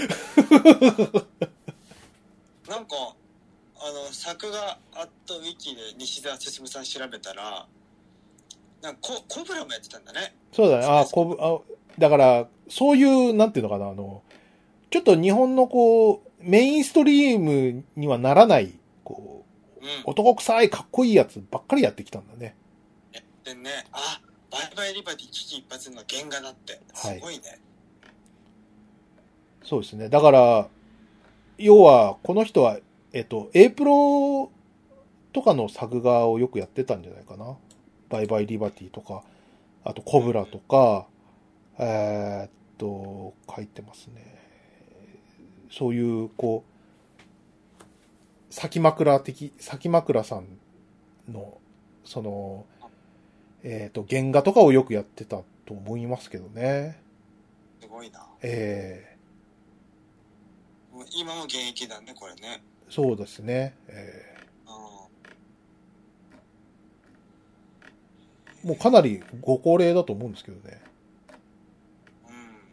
なんか、あの、作画アットウィキで西澤進さん調べたら、なんかコ、コブラもやってたんだね。 そうだね。あ、こぶ、あ、だから、そういう、なんていうのかな、あの、ちょっと日本のこう、メインストリームにはならない、こう、 うん。 男臭いかっこいいやつばっかりやってきたんだね。 でね、あ、バイバイリバティ危機一髪の原画だって。すごいね。 そうですね。だから、要は、この人は、えっと、A プロとかの作画をよくやってたんじゃないかな。バイバイリバティとか、あとコブラとか、えーっと、書いてますね。そういう、こう、先枕的、先枕さんの、その、えーっと、原画とかをよくやってたと思いますけどね。 すごいな。 えもう今も現役だね、これね。 ー、そうですね。えー、もうかなりご高齢だと思うんですけどね。 うん。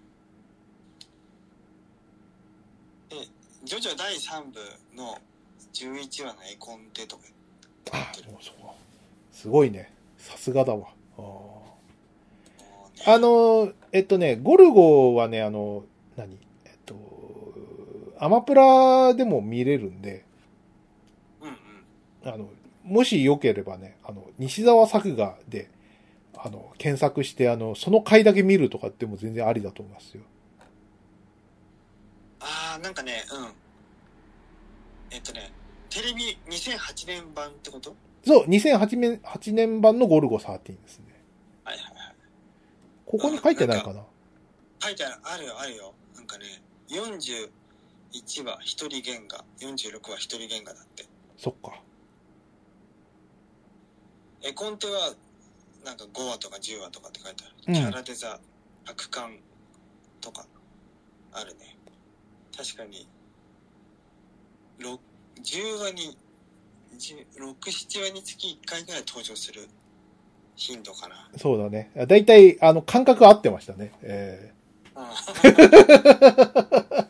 うん。で、ジョジョだいさんぶのじゅういちわの絵コンテとかあ、もうそうか。すごいね。さすがだわ。あー、あの、えっとね、ゴルゴはね、あの、何えっと、アマプラでも見れるんで、 うんうん。 あの、もしよければね、あの、西沢作画で、あの、検索して、あの、その回だけ見るとかっても全然ありだと思いますよ。 あー、なんかね、うん。えっとね、テレビにせんはちねん版ってこと？ そう、にせんはちねん、はちねん版のゴルゴじゅうさんですね。 はいはいはい。 ここに書いてないかな。 うん、なんか書いてある、あるよ、あるよ。なんかね、よんじゅういちわ一人原画、よんじゅうろくわ一人原画だって。 そっか。 絵コンテは、なんかごわとかじゅうわとかって書いてある。 うん、 キャラデザ、白巻とか、あるね。確かに、じゅうわに、ろく、ななわにつきいっかいぐらい登場する頻度かな。 そうだね。だいたい、あの、感覚合ってましたね。えー、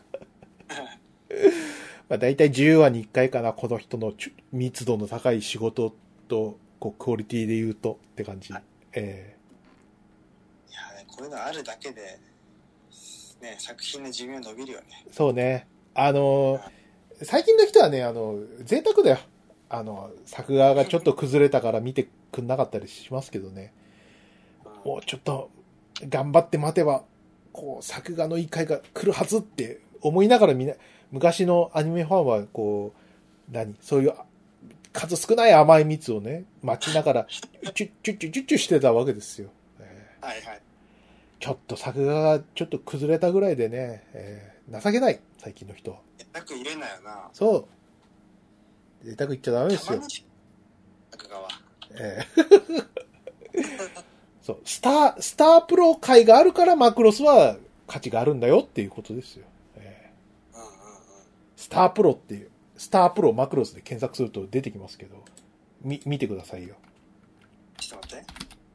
まあ、だいたいじゅうわにいっかいかな、この人の密度の高い仕事と、こう、クオリティで言うとって感じ。えー、いやね、こういうのあるだけで、ね、作品の寿命伸びるよね。 そうね。あの、最近の人はね、あの、贅沢だよ。あの、作画がちょっと崩れたから見てくんなかったりしますけどね。もうちょっと、頑張って待てば、こう、作画のいい回が来るはずって思いながらみんな、昔のアニメファンは、こう、何そういう、数少ない甘い蜜をね、待ちながら、チュッチュッチュッチュッチュしてたわけですよ。えー、 はいはい。 ちょっと作画がちょっと崩れたぐらいでね、えー、情けない、最近の人。 贅沢言えないよな。 そう。贅沢言っちゃダメですよ。 作画は。 えー、そう。スター、スタープロ界があるからマクロスは価値があるんだよっていうことですよ。えー、 うんうんうん。 スタープロっていう、スタープロマクロスで検索すると出てきますけど、み、見てくださいよ。 ちょっと待って。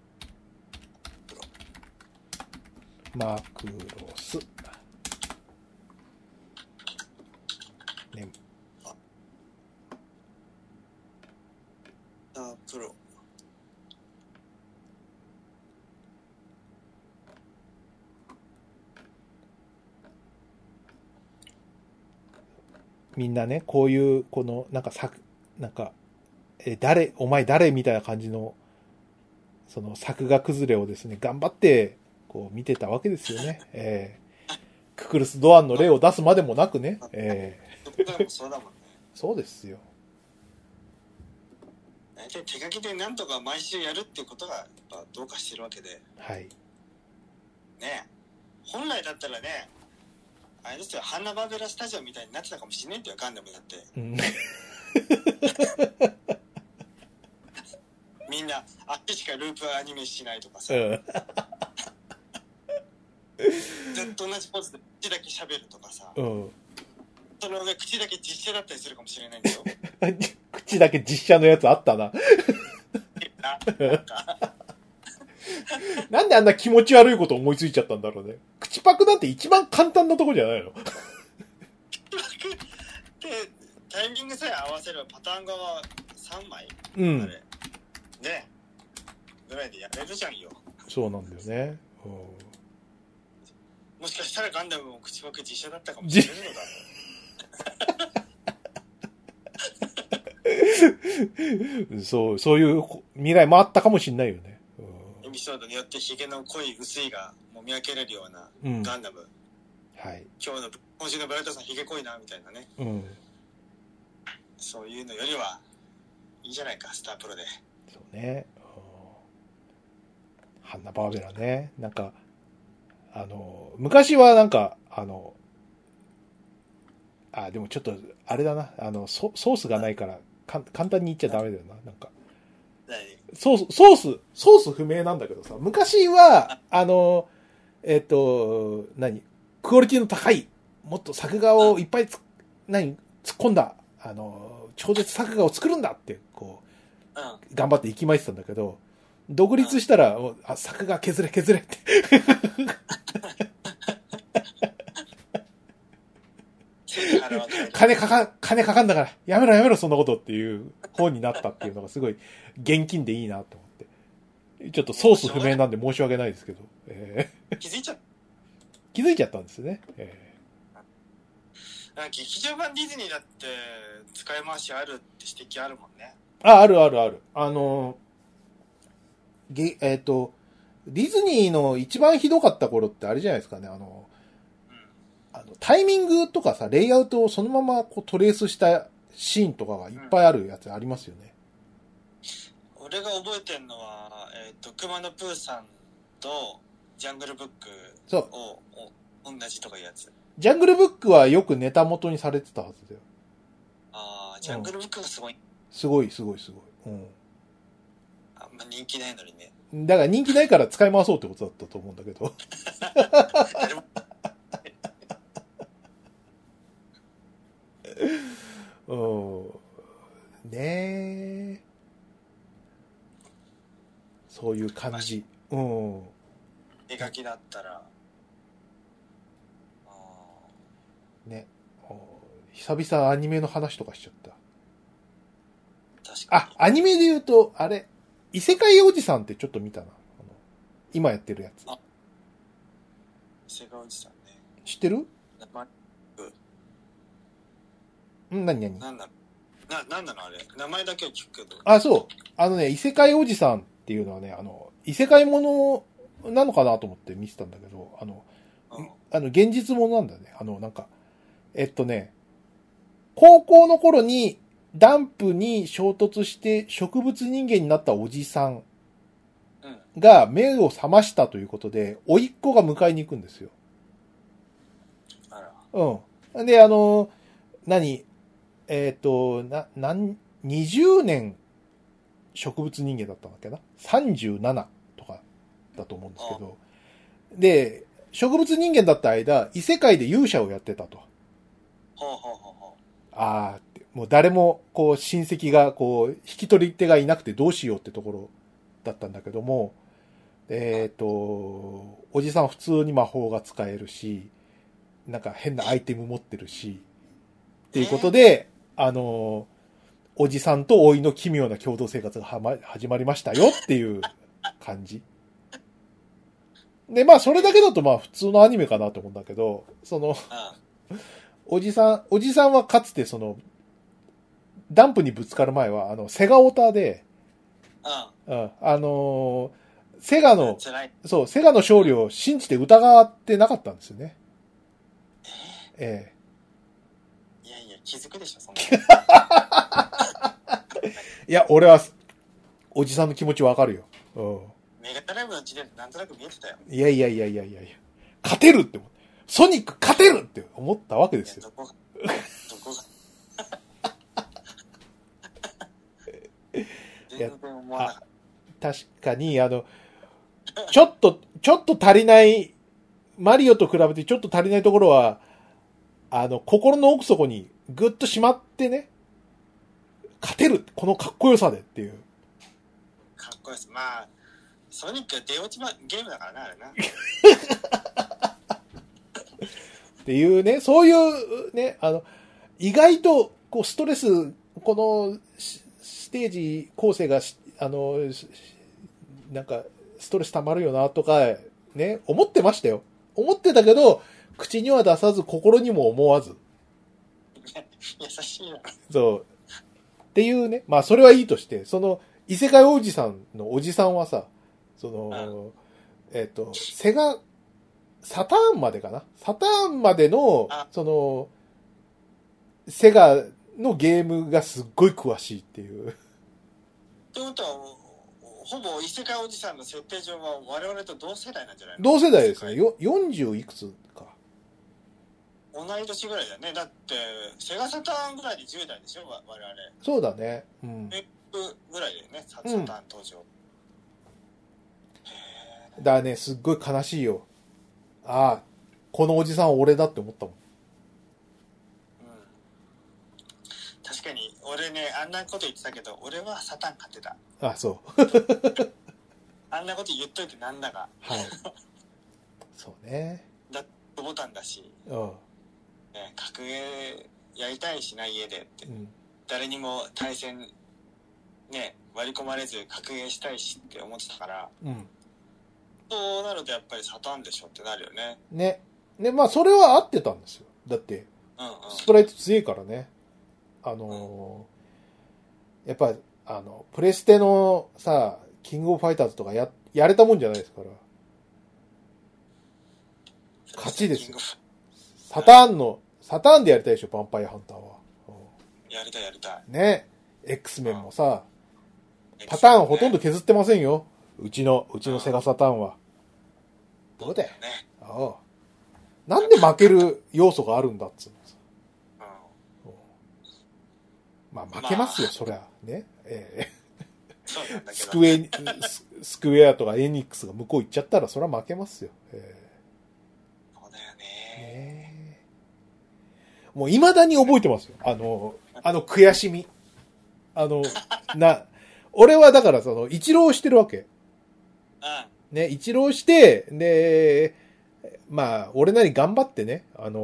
マクロス。ね。 スタープロ。 みんなね、こういう、この、なんか作、なんか、え、誰、お前誰みたいな感じの、その作画崩れをですね、頑張って、こう見てたわけですよね。えー、ククルス・ドアンの例を出すまでもなくね。えー、そうだもんね。 そうですよ。 大体手書きでなんとか毎週やるっていうことがやっぱどうかしてるわけで。 はい。 ね、本来だったらね、あれですよ、ハンナバーベラスタジオみたいになってたかもしれないんだよ、ガンダムだって。うん、みんな、あっちしかループアニメしないとかさ。うん、ずっと同じポーズで口だけ喋るとかさ。うん、その上口だけ実写だったりするかもしれないんだよ。 口だけ実写のやつあったな。なんかなんであんな気持ち悪いこと思いついちゃったんだろうね。口パクなんて一番簡単なとこじゃないの？口パクってタイミングさえ合わせればパターン側さんまい、 うん、 あれねぐらいでやれるじゃんよ。 そうなんだよね。うん、 もしかしたらガンダムも口パク実写だったかもしれないのだ。 そう、そういう未来もあったかもしれないよね。 エピソードによってヒゲの濃い薄いがもう見分けれるようなガンダム、うん、はい、今日の今週のブライトさんヒゲ濃いなみたいなね、うん、そういうのよりはいいじゃないか、スタープロで。 そうね、ハンナバーベラね、なんかあの昔はなんかあのあでもちょっとあれだな、あの ソ, ソースがないからか簡単に言っちゃダメだよな、なんかソース、ソース、ソース不明なんだけどさ、昔は、あの、えっと、何クオリティの高い、もっと作画をいっぱいつ、何突っ込んだ、あの、超絶作画を作るんだって、こう、頑張って息巻いてたんだけど、独立したら、あ作画削れ削れって。金かか、金かかんだから、やめろやめろそんなことっていう方になったっていうのがすごい現金でいいなと思って。ちょっとソース不明なんで申し訳ないですけど。えー、気づいちゃ気づいちゃったんですね。えー、劇場版ディズニーだって使い回しあるって指摘あるもんね。 あ、あるあるある。あの、げえっ、ー、と、ディズニーの一番ひどかった頃ってあれじゃないですかね。あの、 あの、タイミングとかさ、レイアウトをそのままこうトレースしたシーンとかがいっぱいあるやつありますよね。 うん、俺が覚えてるのは、えっ、ー、と、熊野プーさんとジャングルブックを同じとかいうやつ。 ジャングルブックはよくネタ元にされてたはずだよ。 ああ、ジャングルブックがすごい、うん。 すごい、すごい、すごい。うん。 あんま人気ないのにね。 だから人気ないから使い回そうってことだったと思うんだけど。うん。ねえ。そういう感じ。うん。 描きだったら。 ね。久々アニメの話とかしちゃった。 確かに。 あ、アニメで言うと、あれ、異世界おじさんってちょっと見たな。今やってるやつ。あ、 異世界おじさんね。 知ってる？ 名前、 うん、なになに？ なんだな、なんだのあれ。名前だけは聞くけど。 あ、そう。あのね、異世界おじさんっていうのはね、あの、異世界ものなのかなと思って見てたんだけど、あの、うん、あの、現実ものなんだね。あの、なんか、えっとね、高校の頃にダンプに衝突して植物人間になったおじさんが目を覚ましたということで、甥っ子が迎えに行くんですよ。 あら。 うん。で、あの、何えっと、な、なん、にじゅうねん植物人間だったんだっけな ?さんじゅうなな とかだと思うんですけど。で、植物人間だった間、異世界で勇者をやってたと。 ほうほうほうほう。 ああ、もう誰も、こう、親戚が、こう、引き取り手がいなくてどうしようってところだったんだけども、えっと、おじさん普通に魔法が使えるし、なんか変なアイテム持ってるし、っていうことで、あの、おじさんと甥の奇妙な共同生活がはま始まりましたよっていう感じ。で、まあそれだけだとまあ普通のアニメかなと思うんだけど、その、おじさん、おじさんはかつてその、ダンプにぶつかる前は、あの、セガオタで、うん、あのー、セガの、そう、セガの勝利を信じて疑ってなかったんですよね。えええ。いやいや、気づくでしょ、そんな。 いや、俺は、おじさんの気持ちわかるよ。うん。 メガドライブの時点でなんとなく見えてたよ。 いやいやいやいやいやいや。勝てるって思う。ソニック勝てるって思ったわけですよ。どこが、どこが。全然思わなかった。確かに、あの、ちょっと、ちょっと足りない、マリオと比べてちょっと足りないところは、あの、心の奥底にぐっとしまってね、勝てる、このかっこよさでっていう。 かっこよさ。まあ、ソニックは出落ちゲームだからな、あれな。 っていうね、そういうね、あの、意外と、こう、ストレス、この、ステージ構成が、あの、なんか、ストレス溜まるよな、とか、ね、思ってましたよ。思ってたけど、口には出さず、心にも思わず。 優しいな。 そう。っていうね、まあ、それはいいとして、その、異世界おじさんのおじさんはさ、その、えっと、セガ、サターンまでかなサターンまでの、その、セガのゲームがすっごい詳しいっていう。 ってことは、ほぼ異世界おじさんの設定上は我々と同世代なんじゃないの？ 同世代ですね。よ、よんじゅういくつか。 同い年ぐらいだよね。だって、セガサターンぐらいでじゅう代でしょ我々。 そうだね。うん。 エップぐらいだよね、サターン登場。 うん、だからね、すっごい悲しいよ。ああ、このおじさんは俺だって思ったもん。 うん。確かに、俺ね、あんなこと言ってたけど、俺はサターン買ってた。 あ、そう。 あんなこと言っといてなんだか。 はい。そうね。 だボタンだし。 うん。 ね、格ゲーやりたいしな、家でって。 うん、 誰にも対戦、ね、割り込まれず格ゲーしたいしって思ってたから。うん。そうなるとやっぱりサターンでしょってなるよね。 ね。ね、まあそれは合ってたんですよ。だって、うんうん、スプライト強いからね。あのーうん、やっぱ、あの、プレステのさ、キングオブファイターズとかや、やれたもんじゃないですから。勝ちですよ。 サターンの、サターンでやりたいでしょ、ヴァンパイアハンターは。 やりたいやりたい。 ね。X メンもさ、パターンほとんど削ってませんよ。うちの、うちのセガサターンは。どうだよ。 ね。 ああ。なんで負ける要素があるんだっつうのさ。まあ負けますよ、まあ、そりゃ。ね。ええそうなんだけど、ね、 スクエ、ス、スクエアとかエニックスが向こう行っちゃったら、そりゃ負けますよ。ええそうだよね。 ねもう未だに覚えてますよ。あの、あの悔しみ。あの、な、俺はだからその、一浪してるわけ。 うん。 ね、一浪して、で、まあ、俺なり頑張ってね、あのー、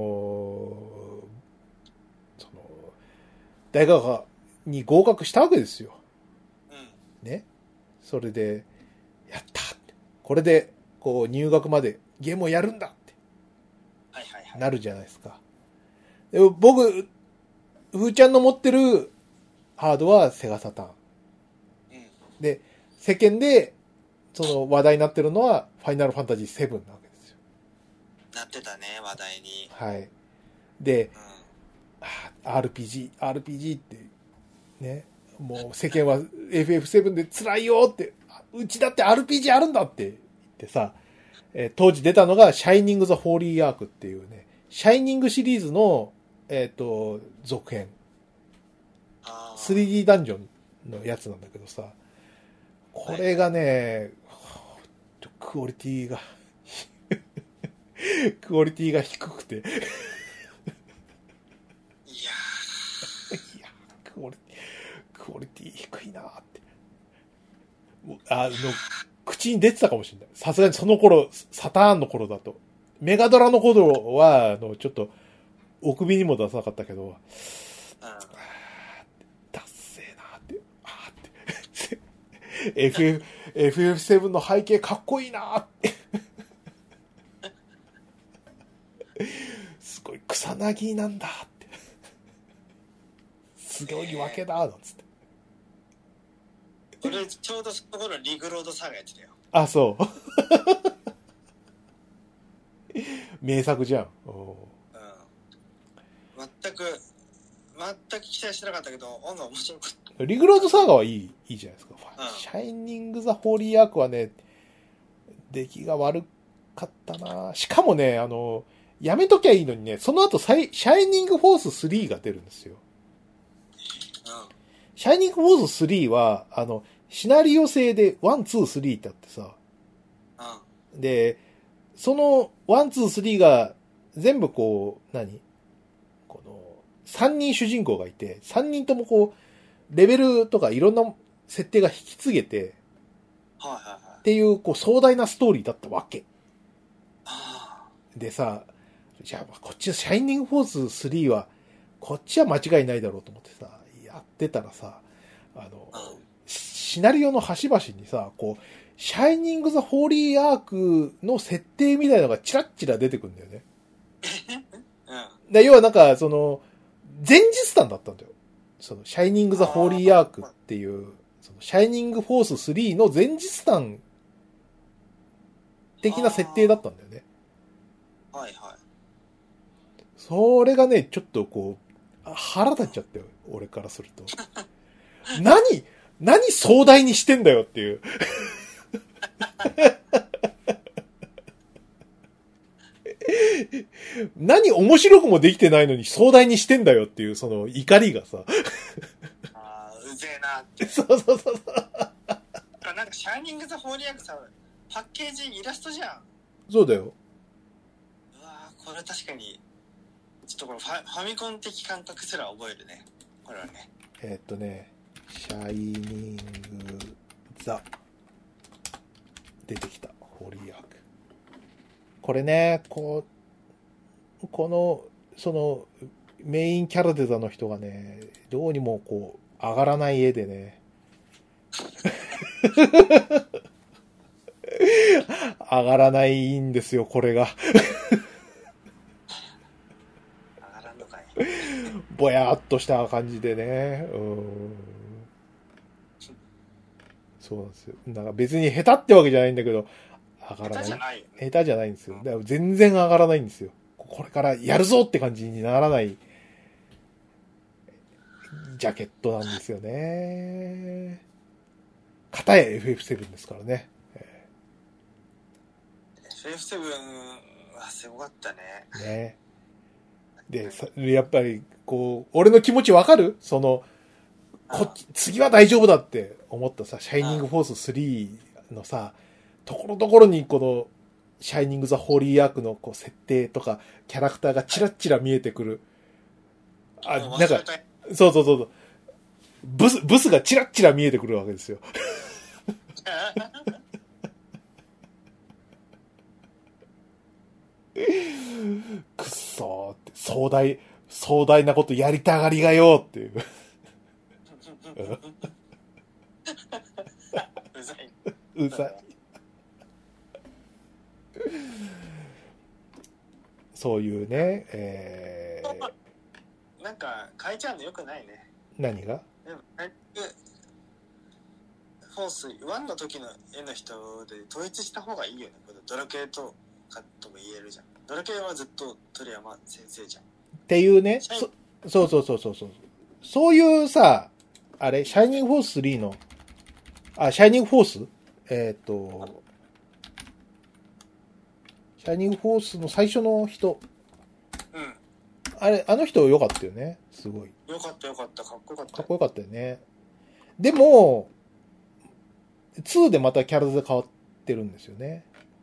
その、大学に合格したわけですよ。 うん。 ね。それで、やったって。これで、こう、入学までゲームをやるんだって。 はいはいはい。 なるじゃないですか。で僕、ふーちゃんの持ってるハードはセガサターン。 うん。で、 世間で、その話題になってるのは、ファイナルファンタジーセブンなわけですよ。 なってたね、話題に。 はい。で、 うん、 アールピージー、アールピージー って、ね、もう世間は エフエフセブン で辛いよって、うちだって アールピージー あるんだって言ってさ、えー、当時出たのが、シャイニング・ザ・ホーリー・アークっていうね、シャイニングシリーズの、えっと、続編。スリーディー ダンジョンのやつなんだけどさ、これがね、クオリティが、クオリティが低くて。いやー。 いや、クオリティ、クオリティ低いなーって。あの、口に出てたかもしれない。さすがにその頃、サターンの頃だと。メガドラの頃は、あの、ちょっと、お首にも出さなかったけど、うん、ダッセーなーって、あーって。エフエフ、エフエフセブン の背景かっこいいなーって。すごい草薙なんだって。すごいわけだなんつって。 俺ちょうどその頃リグロードサーガやってたよ。 あ、そう。名作じゃん。おうん。全く、全く期待してなかったけど、案外面白かった。 リグロードサーガはいい、いいじゃないですか。 うん、 シャイニング・ザ・ホーリー・アークはね、出来が悪かったな。しかもね、あの、やめときゃいいのにね、その後、シャイニング・フォーススリーが出るんですよ。 うん、 シャイニング・フォーススリーは、あの、シナリオ制でワン、ツー、スリーってあってさ、 うん、 で、そのワン、ツー、スリーが全部こう、何この、さんにん主人公がいて、さんにんともこう、レベルとかいろんな設定が引き継げて、 はいはいはい。 っていう、こう、壮大なストーリーだったわけ。 あでさ、じゃあ、こっちのシャイニング・フォーススリーは、こっちは間違いないだろうと思ってさ、やってたらさ、あの、 うん、 シナリオの端々にさ、こう、シャイニング・ザ・ホーリー・アークの設定みたいなのがチラッチラ出てくるんだよね。うん。で要はなんか、その、前日談だったんだよ。その、シャイニング・ザ・ホーリー・アークっていう、その、シャイニング・フォーススリーの前日談的な設定だったんだよね。 はいはい。 それがね、ちょっとこう、腹立っちゃったよ。俺からすると。何何壮大にしてんだよっていう。何面白くもできてないのに壮大にしてんだよっていう、その怒りがさ。 ああ、うぜえなって。 そうそうそうそう。 なんか、シャイニング・ザ・ホーリー・アークさ、パッケージイラストじゃん。 そうだよ。 うわー、これ確かに、ちょっとこれファ、ファミコン的感覚すら覚えるね。これはね。 えー、っとね、シャイニング・ザ、出てきた。ホーリー・アーク。これね、こう、この、その、メインキャラデザの人がね、どうにもこう、上がらない絵でね。上がらないんですよ、これが。 上がらんのかい。 ぼやっとした感じでね。うん。そうなんですよ。なんか別に下手ってわけじゃないんだけど、上がらない。 下手じゃないよね。 下手じゃないんですよ。だから全然上がらないんですよ。ここれからやるぞって感じにならないジャケットなんですよね。片や エフエフセブン ですからね。 エフエフセブン はすごかったね。 ね。で、やっぱり、こう、俺の気持ちわかる？その、こっち、次は大丈夫だって思ったさ、シャイニングフォーススリーのさ、ところどころにこの、シャイニング・ザ・ホーリーアークのこう設定とか、キャラクターがチラッチラ見えてくる。あ、なんか、そうそうそう。ブス、ブスがチラッチラ見えてくるわけですよ。くっそーって、壮大、壮大なことやりたがりがよっていう。 うざい。 うざい。そういうね、えー、なんか変えちゃうのよくないね。 何が？ でもフォースワンの時の絵の人で統一した方がいいよね。ドラクエとかとも言えるじゃん。ドラクエはずっと鳥山先生じゃん。 っていうね、そそうそうそうそうそう。そういうさ、あれ、シャイニングフォーススリーの、あ、シャイニングフォースえっ、ー、と、シャイニングフォースの最初の人。 うん。 あれ、あの人良かったよね。すごい。 良かった良かった。かっこよかった。 かっこよかったよね。でも、ツーでまたキャラで変わってるんですよね。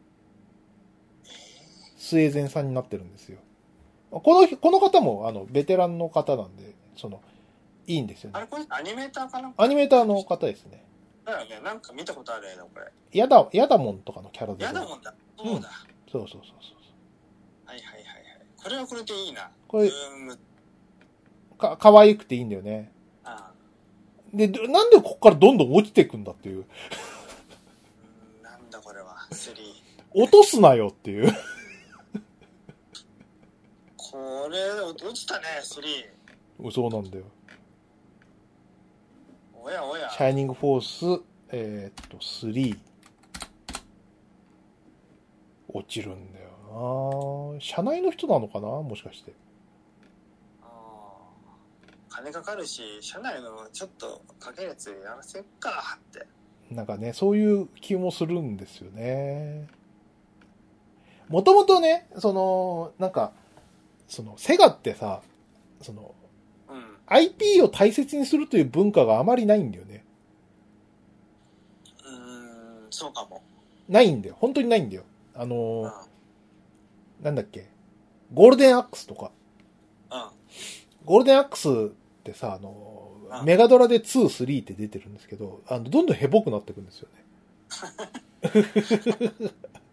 スエゼンさんになってるんですよ。この、この方も、あの、ベテランの方なんで、その、いいんですよね。 あれ、これアニメーターかな？ アニメーターの方ですね。 だよね。なんか見たことあるやな、これ。 ヤダ、ヤダモンとかのキャラで。 ヤダモンだ。そうだ、うん。 そうそうそうそう。 はいはいはいはい。これはこれでいいな。 これ、か、可愛くていいんだよね。 ああ。 で、なんでこっからどんどん落ちていくんだっていう。 うん、なんだこれは、スリー。落とすなよっていう。 これ、落ちたね、スリー。そうなんだよ。 おやおや。 シャイニングフォース、えー、っと、スリー。落ちるんだよな。社内の人なのかなもしかして。 ああ。金かかるし、社内のちょっとかけるやつやらせっかって。 なんかね、そういう気もするんですよね。もともとね、その、なんか、その、セガってさ、その、うん、アイピー を大切にするという文化があまりないんだよね。 うーん、そうかも。 ないんだよ。本当にないんだよ。あのー、うん、なんだっけ、ゴールデンアックスとか。うん、ゴールデンアックスってさ、あのーうん、メガドラでツー、スリーって出てるんですけど、あの、どんどんヘボくなってくんですよね。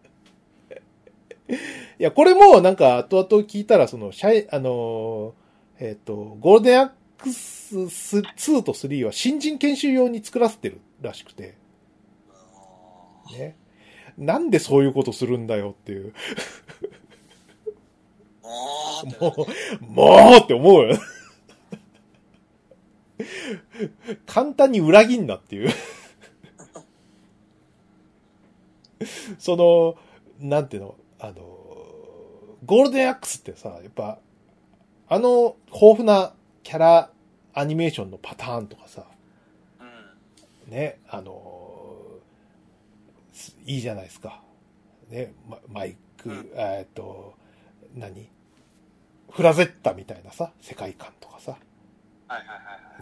いや、これもなんか後々聞いたら、その、シャイ、あのー、えっ、ー、と、ゴールデンアックスツーとスリーは新人研修用に作らせてるらしくて。ね。なんでそういうことするんだよっていう。もう、もうって思うよ。簡単に裏切んなっていう。その、なんていうの、あの、ゴールデンアックスってさ、やっぱ、あの豊富なキャラアニメーションのパターンとかさ、うん、ね、あの、いいじゃないですか。ね、マ, マイク、うん、えっと、何フラゼッタみたいなさ、世界観とかさ。 はいはいはい、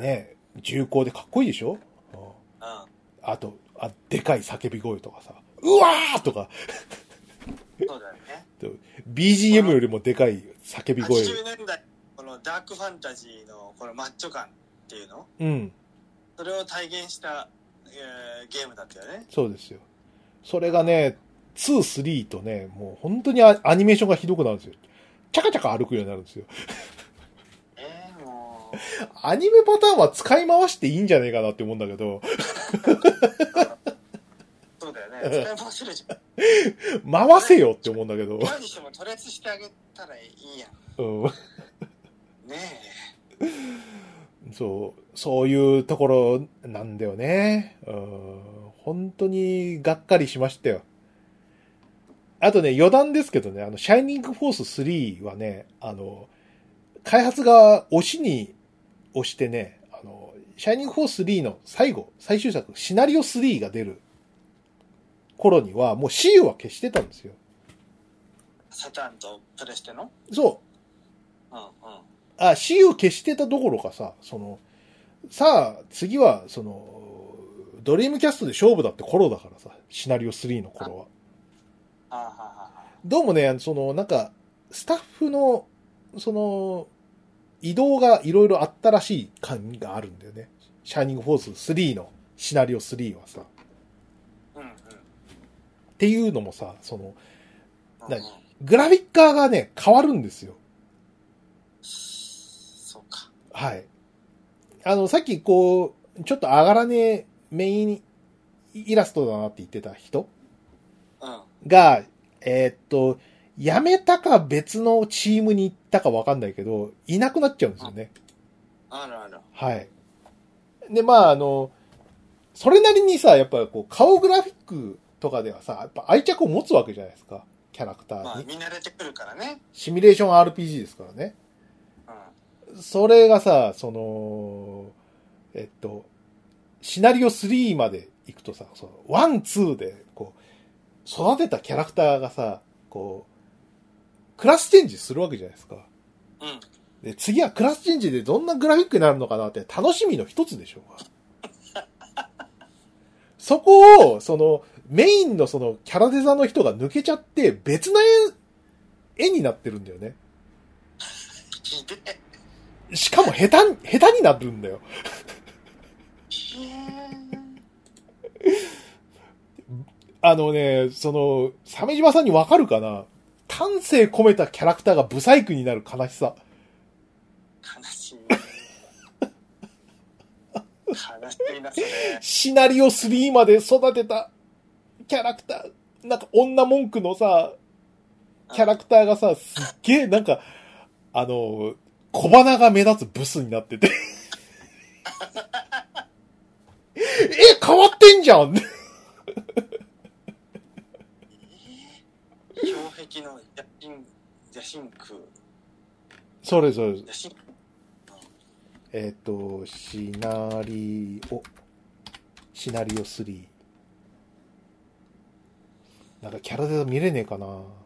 ね、重厚でかっこいいでしょ、うん、 うん、 あとあ、でかい叫び声とかさ、うわーとか。 そうだよね。 ビージーエム よりもでかい叫び声。 はちじゅうねんだい、このダークファンタジーのこのマッチョ感っていうの、 うん。 それを体現した、えー、ゲームだったよね。 そうですよ。それがね、ツー、スリーとね、もう本当にアニメーションがひどくなるんですよ。チャカチャカ歩くようになるんですよ。 えー、もう。 アニメパターンは使い回していいんじゃねえかなって思うんだけど。 そうだよね。使い回せるじゃん。 回せよって思うんだけど。 今にしてもトレースしてあげたらいいやん。うん。ねえ。そう、そういうところなんだよね。うん。本当にがっかりしましたよ。 あとね、余談ですけどね、あの、シャイニングフォーススリーはね、あの、開発が押しに押してね、あの、シャイニングフォーススリーの最後、最終作、シナリオスリーが出る頃には、もう シーユー は消してたんですよ。 サターンとプレステのそう。 うんうん。 あ、シーユー 消してたどころかさ、その、さあ、次は、その、ドリームキャストで勝負だって頃だからさ、シナリオスリーの頃は。 あははは。 どうもね、その、なんか、スタッフの、その、移動がいろいろあったらしい感があるんだよね。シャイニングフォーススリーのシナリオスリーはさ。 うんうん。 っていうのもさ、その、 うんうん、 グラフィッカーがね、変わるんですよ。 そうか。 はい。あの、さっきこう、ちょっと上がらねえメインイラストだなって言ってた人うん。 が、えーっと、辞めたか別のチームに行ったかわかんないけど、いなくなっちゃうんですよね。 あらあら。 はい。で、まあ、あの、それなりにさ、やっぱこう、顔グラフィックとかではさ、やっぱ愛着を持つわけじゃないですか。キャラクターに。 まあ、見慣れてくるからね。 シミュレーション アールピージー ですからね。 うん。 それがさ、その、えっと、シナリオスリーまで行くとさ、その、ワン、ツーで、こう、育てたキャラクターがさ、こう、クラスチェンジするわけじゃないですか。 うん。 で、次はクラスチェンジでどんなグラフィックになるのかなって楽しみの一つでしょうが。そこを、その、メインのその、キャラデザの人が抜けちゃって、別な絵、絵になってるんだよね。 ひでえ。 しかも下手に、下手になるんだよ。あのね、その、鮫島さんにわかるかな？丹精込めたキャラクターがブサイクになる悲しさ。 悲しい。悲しいな、それ。 シナリオスリーまで育てたキャラクター、なんか女文句のさ、キャラクターがさ、すっげえなんか、あの、小鼻が目立つブスになってて。え、変わってんじゃん氷壁の邪神、邪神空。 それそれ。 邪神えっ、と、シナリオ、シナリオスリー。なんかキャラデザ見れねえかな。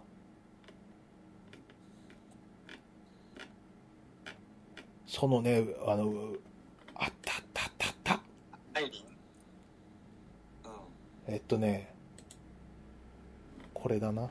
そのね、あの、あったあったあったあった。 アイリン。うん。 えっとね、これだな。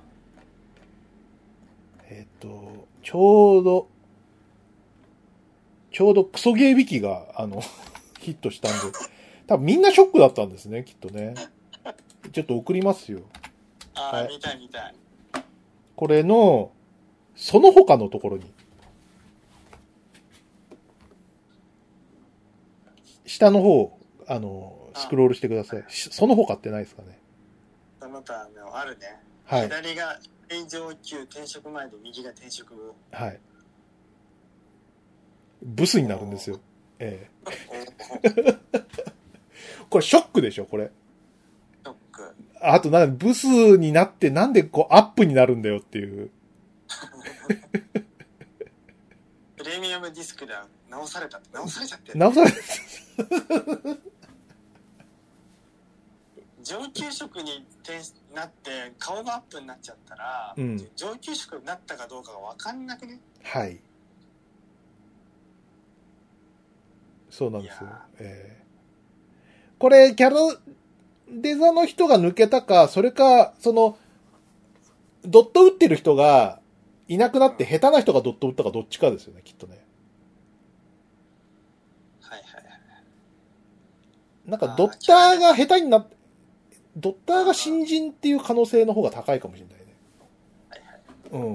えっと、ちょうど、ちょうどクソゲービキが、あの、ヒットしたんで、多分みんなショックだったんですね、きっとね。ちょっと送りますよ。 ああ、 はい見たい見たい。 これの、その他のところに、下の方、あの、スクロールしてください。その他ってないですかね。 その他のあるね。 はい。 左が最上級転職前で右が転職後。 はい。ブスになるんですよ。ええ。これショックでしょ、これ。 ショック。 あとなんブスになってなんでこうアップになるんだよっていう。 プレミアムディスクでは直されたって直されちゃってる。 直され上級職になって顔がアップになっちゃったら、 うん、 上級職になったかどうかが分かんなくね。 はい。そうなんですよ。えー、これキャラデザの人が抜けたか、それかそのドット打ってる人がいなくなって下手な人がドット打ったかどっちかですよね、きっとね。 はいはいはい。 なんかドッターが下手になって、ドッターが新人っていう可能性の方が高いかもしれないね。はいはい。うん。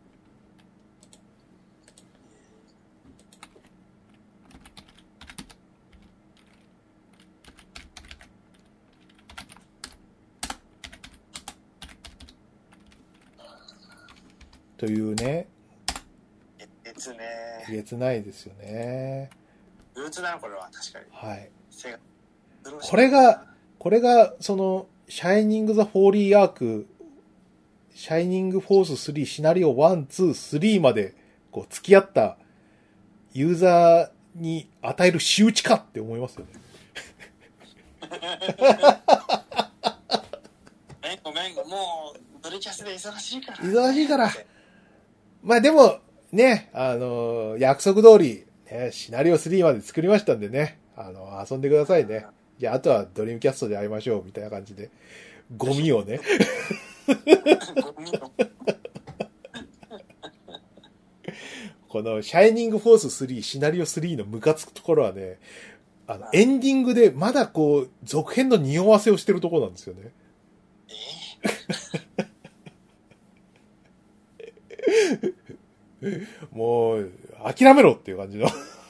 というね。 えげつね。 えげつないですよね。 憂鬱だな、これは確かに。 はい。 これが、これが、その、シャイニング・ザ・ホーリー・アークシャイニングフォーススリーシナリオワン、ツー、スリーまでこう付き合ったユーザーに与える仕打ちかって思いますよね。 え、ごめん、もうドリキャスで忙しいから。 忙しいから。まあでも、ね、あの、約束通り、ね、シナリオスリーまで作りましたんでね、あの、遊んでくださいね。じゃあ、あとはドリームキャストで会いましょう、みたいな感じで。ゴミをね。ゴミを。この、シャイニングフォーススリー、シナリオスリーのムカつくところはね、あの、エンディングでまだこう、続編の匂わせをしてるところなんですよね。えもう、諦めろっていう感じの。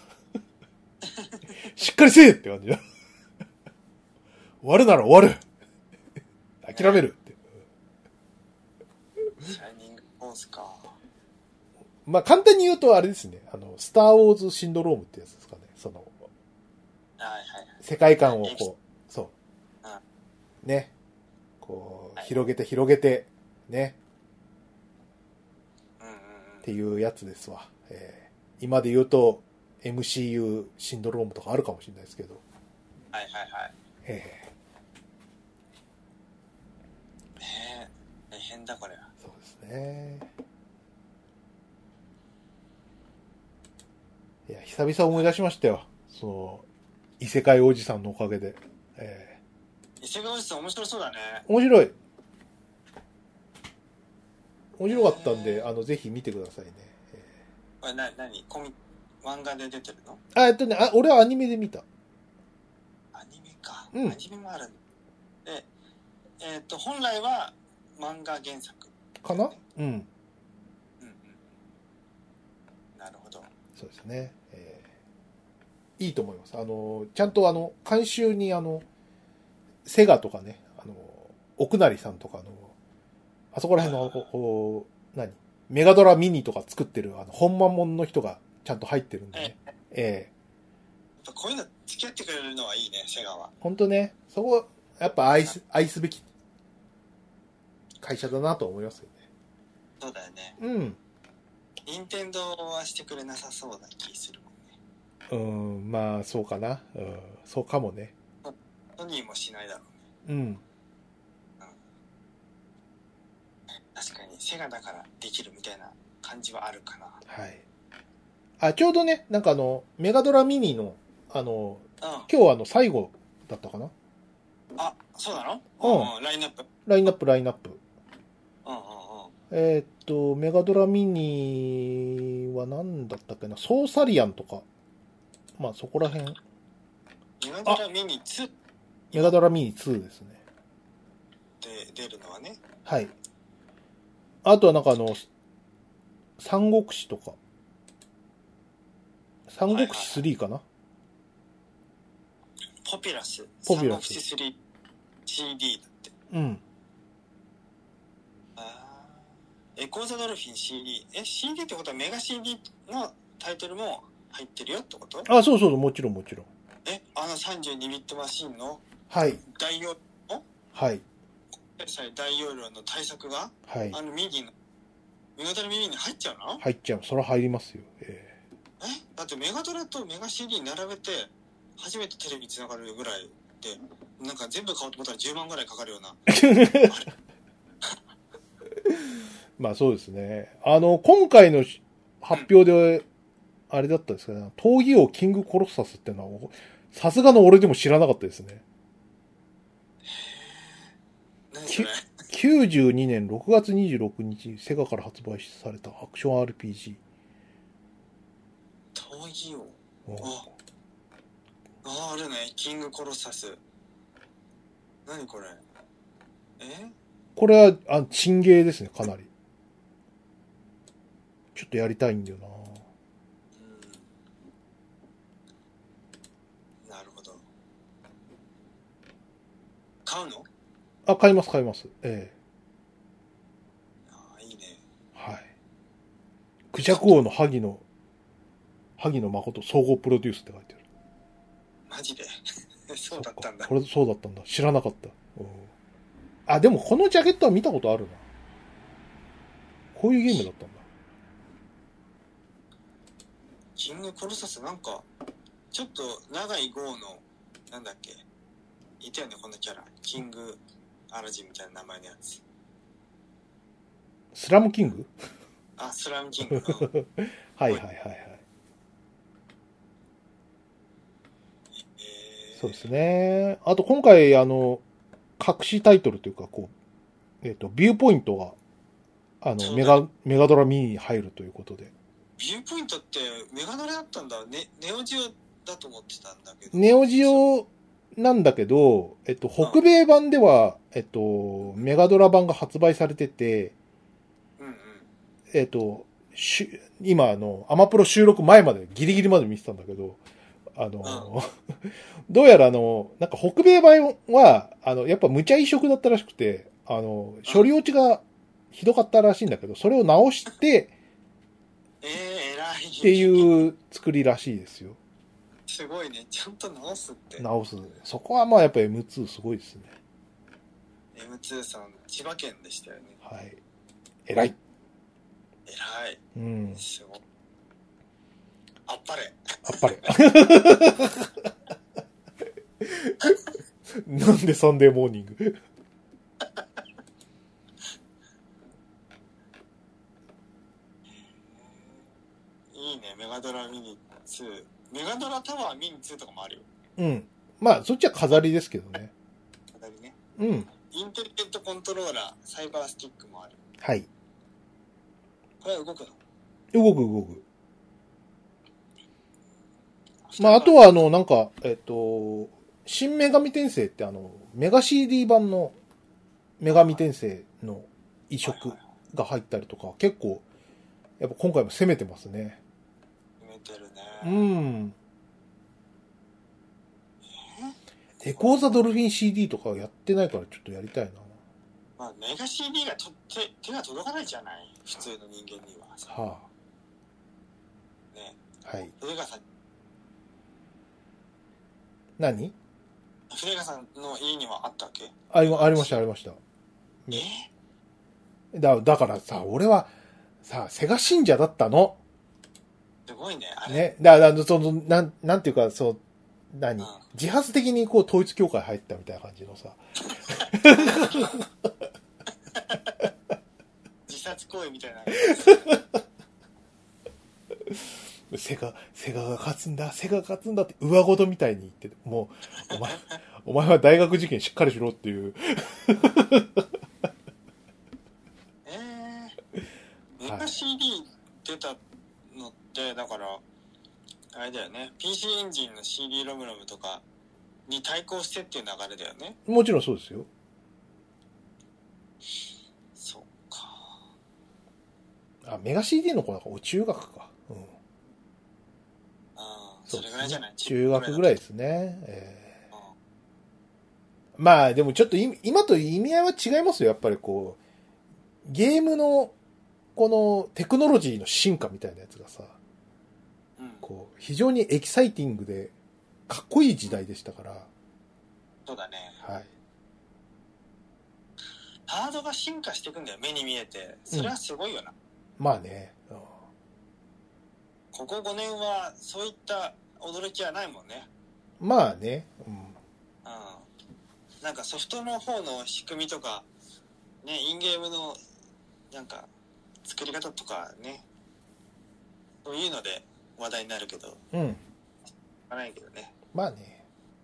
しっかりせえって感じの。終わるなら終わる諦めるって。 シャイニングフォースか。 まあ簡単に言うとあれですね。あの、スターウォーズシンドロームってやつですかね。その、 はいはい、 世界観をこう、そう。ね。こう、広げて広げて、ね。っていうやつですわ。えー、今で言うと エムシーユー シンドロームとかあるかもしれないですけど。 はいはいはい。 えー、えー、大変だこれは。 そうですね。いや、久々思い出しましたよ。その、異世界おじさんのおかげで。えー、異世界おじさん面白そうだね。 面白い。面白かったんで、あの、ぜひ見てくださいね。 これな、なにコミ、漫画で出てるの？ あ、えっとね、あ、俺はアニメで見た。 アニメか。 うん。 アニメもある。で、えっと、本来は漫画原作。 かな？うん。うんうん。 なるほど。 そうですね。えー、いいと思います。あの、ちゃんとあの、監修にあの、セガとかね、あの、奥成さんとかの、あそこら辺の、こう、何メガドラミニとか作ってる、あの、本間もんの人がちゃんと入ってるんでね。ええー。こういうの付き合ってくれるのはいいね、セガは。 ほんとね、そこ、やっぱ愛す、愛すべき会社だなと思いますよね。 そうだよね。 うん。 任天堂はしてくれなさそうな気するもんね。うん、まあ、そうかな。うん、そうかもね。 ソニーもしないだろうね。うん。 確かにセガだからできるみたいな感じはあるかな。 はい。あ、ちょうどね、なんかあの、メガドラミニの、あの、 うん、 今日あの、最後だったかな。 あ、そうなの？ うん。 ラインナップ。 ラインナップ、ラインナップ。 うんうんうん。 えーっと、メガドラミニは何だったっけな、ソーサリアンとか。まあそこら辺。 メガドラミニツー。 メガドラミニツーですね。 で、出るのはね。 はい。あとはなんかあの、三国志とか。三国志スリーかな、はいはいはい、 ポピュラス。 ポピュラス。三国志スリー シーディー だって。 うん。 あエコーザドルフィン シーディー。え、シーディー ってことはメガ シーディー のタイトルも入ってるよってこと？ あ、そうそう、もちろんもちろん。 え、あのさんじゅうにビットマシンのはい。 大容量のはい。 大容量の対策が、 はい。 あのミディの、メガドラミディに入っちゃうの？ 入っちゃう。それは入りますよ。えー、えだってメガドラとメガ シーディー 並べて、初めてテレビつながるぐらいで、なんか全部買おうと思ったらじゅうまんぐらいかかるような。 まあそうですね。あの、今回の発表で、あれだったんですかね、闘技王キングコロッサスっていうのは、さすがの俺でも知らなかったですね。 何それ？ きゅうじゅうにねんろくがつにじゅうろくにち、セガから発売されたアクション アールピージー。闘技王。 ああ、あるね。キングコロッサス。何これ？え？これは、あ、チンゲーですね、かなり。ちょっとやりたいんだよな。 うん。なるほど。買うの？ あ、買います、買います。ええ。 ああ、いいね。 はい。クジャク王の萩野、萩野誠総合プロデュースって書いてある。 マジでそうだったんだ。 これそうだったんだ。知らなかった。あ、でもこのジャケットは見たことあるな。 こういうゲームだったんだ。 キングコルサスなんか、ちょっと長い号の、なんだっけ、いたよね、こんなキャラ。キングアラジンみたいな名前のやつ。 スラムキングあ、スラムキング。うん、 はいはいはいはい。 えー、 そうですね。あと今回、あの、隠しタイトルというか、こう、えっと、ビューポイントが、あの、メガ、メガドラミニに入るということで。 ビューポイントってメガドラだったんだ。ね、ネオジオだと思ってたんだけど。 ネオジオなんだけど、えっと、北米版では、えっと、メガドラ版が発売されてて、 うんうん。 えっと、し今、あの、アマプロ収録前まで、ギリギリまで見てたんだけど、あの、うん、どうやらあの、なんか北米版は、あの、やっぱ無茶移植だったらしくて、あの、処理落ちがひどかったらしいんだけど、それを直して、 えー、偉い。 っていう作りらしいですよ。 すごいね。ちゃんと直すって。 直す。そこはまあやっぱ エムツー すごいですね。 エムツー さん、千葉県でしたよね。 はい。偉い。 偉い。 うん。 すごい。あっぱれ。 あっぱれ。なんでサンデーモーニングいいね、メガドラミニツー。メガドラタワーミニツーとかもあるよ。 うん。まあ、そっちは飾りですけどね。 飾りね。 うん。 インテリゲントコントローラー、サイバースティックもある。 はい。 これは動くの？ 動く動く。まあ、あとはあの、なんか、えっと、新女神転生ってあの、メガ シーディー 版の女神転生の移植が入ったりとか、結構、やっぱ今回も攻めてますね。 攻めてるね。 うん。エコーザドルフィン シーディー とかやってないからちょっとやりたいな。 まあ、メガ シーディー がと手手が届かないじゃない、普通の人間には。 はあ。ね。 はい。 筆川さん。 何？ 筆川さんの家にはあったっけ？ ありま、ありました、ありました。ね、えだ、だからさ、俺は、さ、セガ信者だったの。 すごいね、あれ。 ね。だから、その、なん、なんていうか、そう、何、うん、自発的にこう、統一教会入ったみたいな感じのさ。 自殺行為みたいな。 セガ、セガが勝つんだ、セガが勝つんだって上ごとみたいに言ってて、もう、お前、お前は大学受験しっかりしろっていう。 えー、メガ シーディー 出たのって、だから、あれだよね、ピーシー エンジンの シーディー ロムロムとかに対抗してっていう流れだよね。 もちろんそうですよ。 そっか。 あ、メガ シーディー の子だから中学か。うん。 ああ、それぐらいじゃない？ 中学ぐらいですね。えー、まあでもちょっと今と意味合いは違いますよ。やっぱりこう、ゲームのこのテクノロジーの進化みたいなやつがさ、うん、こう非常にエキサイティングでかっこいい時代でしたから。 そうだね。 はい。 ハードが進化していくんだよ、目に見えて。それはすごいよな。 うん、まあね、うん。 ここごねんはそういった驚きはないもんね。 まあね。うん。うん。 なんかソフトの方の仕組みとか、ね、インゲームのなんか作り方とかね、そういうので話題になるけど。 うん。 ないけどね。 まあね。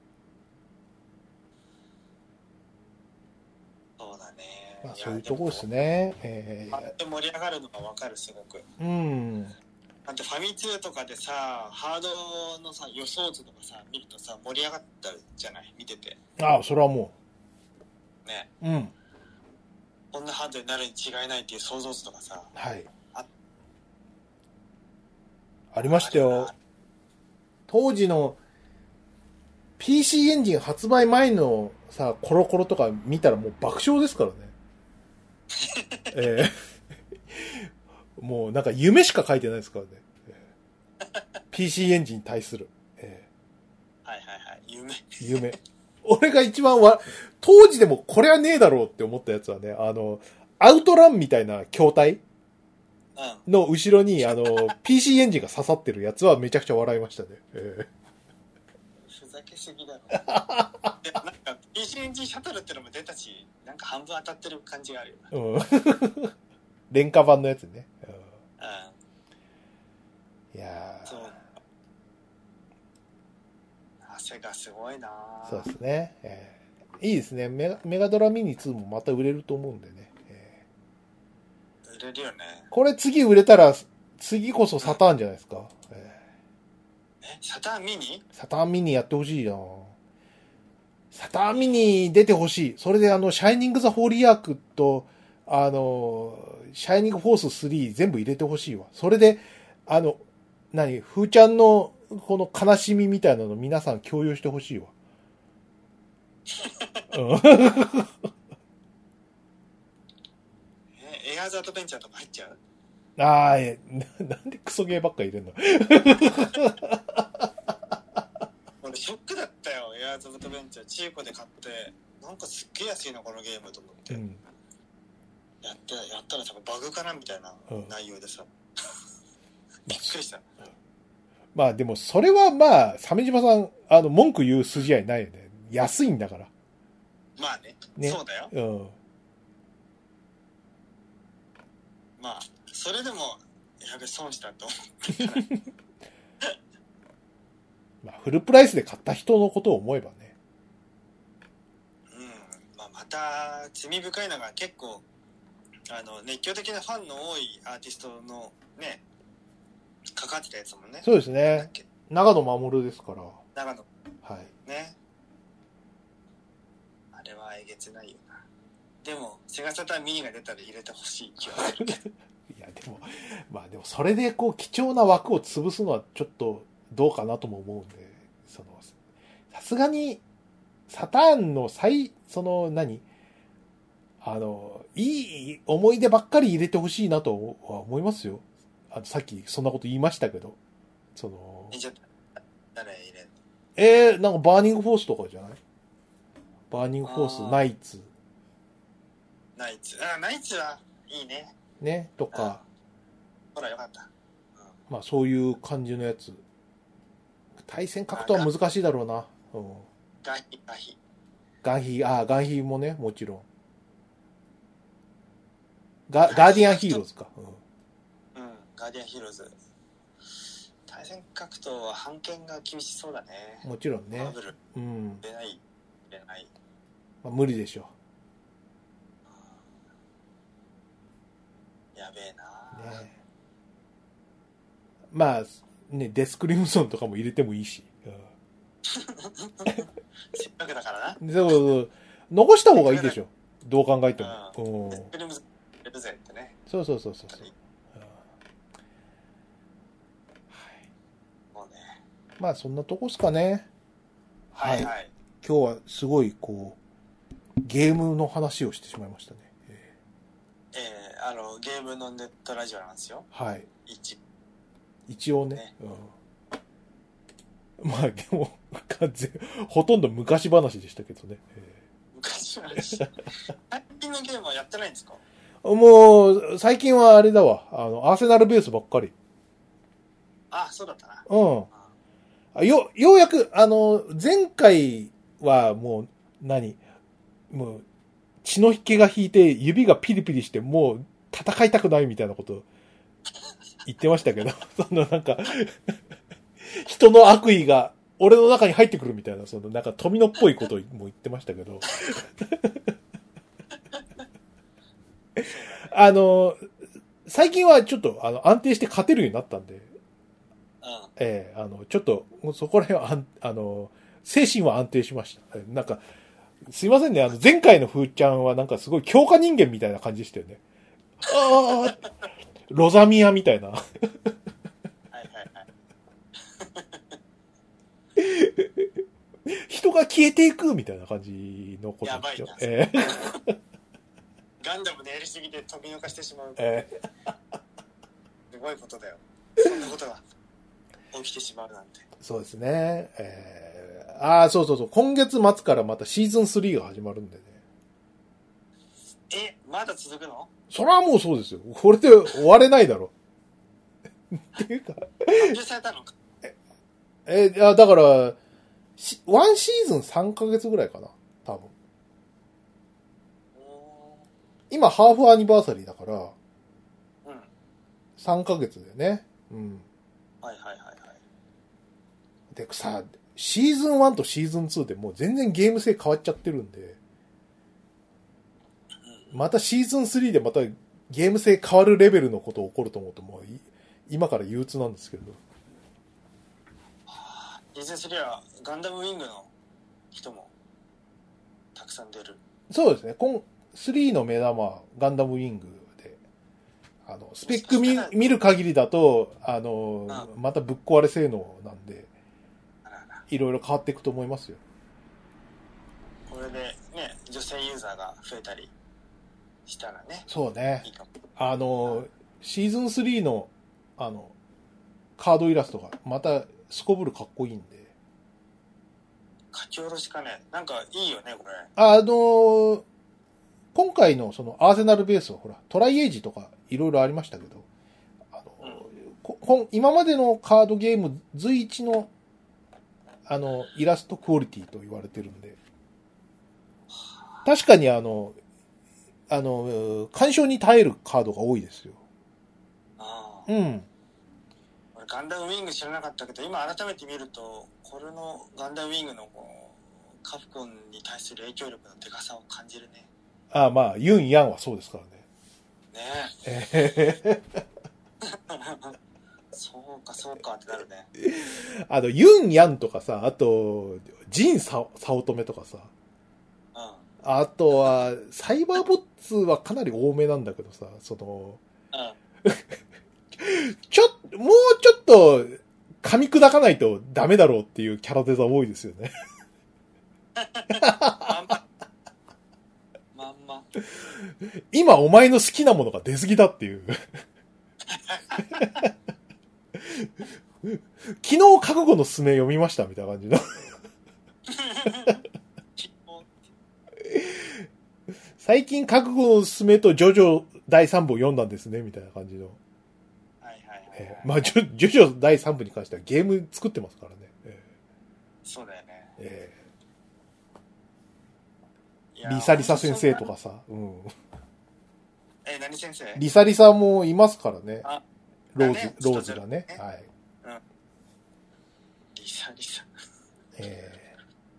そうだね。 まあそういうとこですね。 えー、で盛り上がるのがわかる、すごく。 うん。 だってファミ通とかでさ、ハードのさ、予想図とかさ、見るとさ、盛り上がったじゃない、見てて。 ああ、それはもう。ね。 うん。 こんなハードになるに違いないっていう想像図とかさ。 はい。 あ, ありましたよ。当時の ピーシー エンジン発売前のさ、コロコロとか見たらもう爆笑ですからね。えー、もうなんか夢しか書いてないですからね。えー、ピーシー エンジンに対する。えー、はいはいはい。夢。 夢。俺が一番は、当時でもこれはねえだろうって思ったやつはね、あの、アウトランみたいな筐体の後ろに、あの、ピーシー エンジンが刺さってるやつはめちゃくちゃ笑いましたね。えふざけすぎだろ。でなんか ピーシー エンジンシャトルってのも出たし、なんか半分当たってる感じがあるよな。 うん。廉価版のやつね。うん。 うん。 いやー。 そう。汗がすごいな。 そうですね。えー、いいですねメガ。メガドラミニツーもまた売れると思うんでね。えー、売れるよね。 これ次売れたら、次こそサターンじゃないですか。うん、えー、え、サターンミニ？ サターンミニやってほしいな。サターンミニ出てほしい。それであの、シャイニング・ザ・ホーリーアークと、あの、シャイニング・フォーススリー全部入れてほしいわ。それで、あの、何、ふーちゃんのこの悲しみみたいなの皆さん共有してほしいわ。うん、 え、エアーズ・アドベンチャーとか入っちゃう？ ああ、え、な、なんでクソゲーばっか入れんの？ 俺ショックだったよ。エアーズ・アドベンチャー中古で買ってなんかすっげえ安いなこのゲームと思って、うん、やってやったらさバグかなみたいな内容でさ、うん、びっくりした。 まあでもそれはまあ鮫島さんあの文句言う筋合いないよね。安いんだから。 まあ ね, ねそうだよ。 うん。 まあそれでもやべ損したと思ってまあフルプライスで買った人のことを思えばね。 うん。まあまた罪深いのが結構あの熱狂的なファンの多いアーティストのねかかってたやつもね。 そうですね。長野守ですから。 長野。 はい。 ね。あれはえげつないよな。でもセガサターンミニが出たら入れてほしい気はするけど。 いやでもまあでもそれでこう貴重な枠を潰すのはちょっとどうかなとも思うんで、そのさすがにサターンの最その何あのいい思い出ばっかり入れてほしいなとは思いますよ。あのさっきそんなこと言いましたけど、そのえじゃ誰入れんの？ えー、なんかバーニングフォースとかじゃない？バーニングフォースナイツナイツあナイツはいいねねとか、 ほらよかった、うん、 まあそういう感じのやつ。対戦格闘は難しいだろうな。うん、 ガヒガヒガンヒー、ああ、ガンヒーもね、もちろん。ガ、ガーディアンヒーローズか。 うん、うん、ガーディアンヒーローズ。対戦格闘は判権が厳しそうだね。 もちろんね。 マーブル。 うん。 出ない。出ない。 まあ、無理でしょう。やべえな。ね。 まあ、ね、デスクリムソンとかも入れてもいいし。うん、 せっかくだからな。 そうそう。残した方がいいでしょ。どう考えても。 うん。デスクリムソン入れるぜってね。 そうそうそうそう。まあそんなとこっすかね。 はい、はい。 今日はすごいこうゲームの話をしてしまいましたね。 えー、えー、あのゲームのネットラジオなんですよ。 はい。 一一応ね。ね、うん。まあでも完全ほとんど昔話でしたけどね。えー、昔話。最近のゲームはやってないんですか？ もう最近はあれだわ。あのアーセナルベースばっかり。 あ、そうだったな。 うん。よ、ようやく、あの、前回はもう、何もう、血の引けが引いて、指がピリピリして、もう、戦いたくないみたいなこと言ってましたけど、そのなんか、人の悪意が、俺の中に入ってくるみたいな、そのなんか富野っぽいことも言ってましたけど、あの、最近はちょっと、あの、安定して勝てるようになったんで、ええー、あの、ちょっと、そこら辺は、あの、精神は安定しました。なんか、すいませんね、あの、前回のふーちゃんはなんかすごい強化人間みたいな感じでしたよね。ああ、ロザミアみたいな。はいはいはい。人が消えていくみたいな感じのこと。 やばいな。 えー、 ガンダムでやりすぎて飛び抜かしてしまう。 えー、 すごいことだよ。そんなことが。起きてしまうなんて。 そうですね。えー、ああ、そうそうそう。今月末からまたシーズンスリーが始まるんでね。 え、まだ続くの？ それはもうそうですよ。これで終われないだろ。っていうか。発表されたのか。 え、いや、だから、しワンシーズンさんかげつぐらいかな。多分。今、ハーフアニバーサリーだから、うん。さんかげつでね。うん。はいはいはいはい。で、さ、シーズンワンとシーズンツーでもう全然ゲーム性変わっちゃってるんで、またシーズンスリーでまたゲーム性変わるレベルのこと起こると思うと、もう今から憂鬱なんですけど。 シーズンスリーはガンダムウィングの人もたくさん出る。 そうですね。今スリーの目玉はガンダムウィングで、あのスペック 見, 見る限りだとあの、うん、またぶっ壊れ性能なんで、いろいろ変わっていくと思いますよ。 これでね、女性ユーザーが増えたりしたらね。 そうね。いいかも。あのシーズンスリーのあのカードイラストがまたすこぶるかっこいいんで。 書き下ろしかね、なんかいいよねこれ。 あのー、今回のそのアーセナルベースはほらトライエイジとかいろいろありましたけど、あの、うん、こ今までのカードゲーム随一のあのイラストクオリティと言われてるんで、確かにあのあの干渉に耐えるカードが多いですよ。ああ。うん。 ガンダムウィング知らなかったけど、今改めて見るとこれのガンダムウィングのカプコンに対する影響力のでかさを感じるね。 ああ、まあユン・ヤンはそうですからね。 ねえ。そうかそうかってなるね。 あのユン・ヤンとかさ、あとジン・サオトメとかさ、うん、あとはサイバーボッツはかなり多めなんだけどさ、その、うん、ちょっともうちょっと噛み砕かないとダメだろうっていうキャラデザ多いですよね。まんま。まんま。今お前の好きなものが出過ぎだっていう。昨日覚悟のすすめ読みましたみたいな感じの。最近覚悟のすすめとジョジョだいさんぶを読んだんですねみたいな感じの。えー、まあジョジョジョだいさんぶに関してはゲーム作ってますからね。えー、そうだよね。えー、リサリサ先生とかさ、うん。 えー、何先生？ リサリサもいますからね。ローズ、ね、ローズがね。ね、はい。うん。 リサリサ。え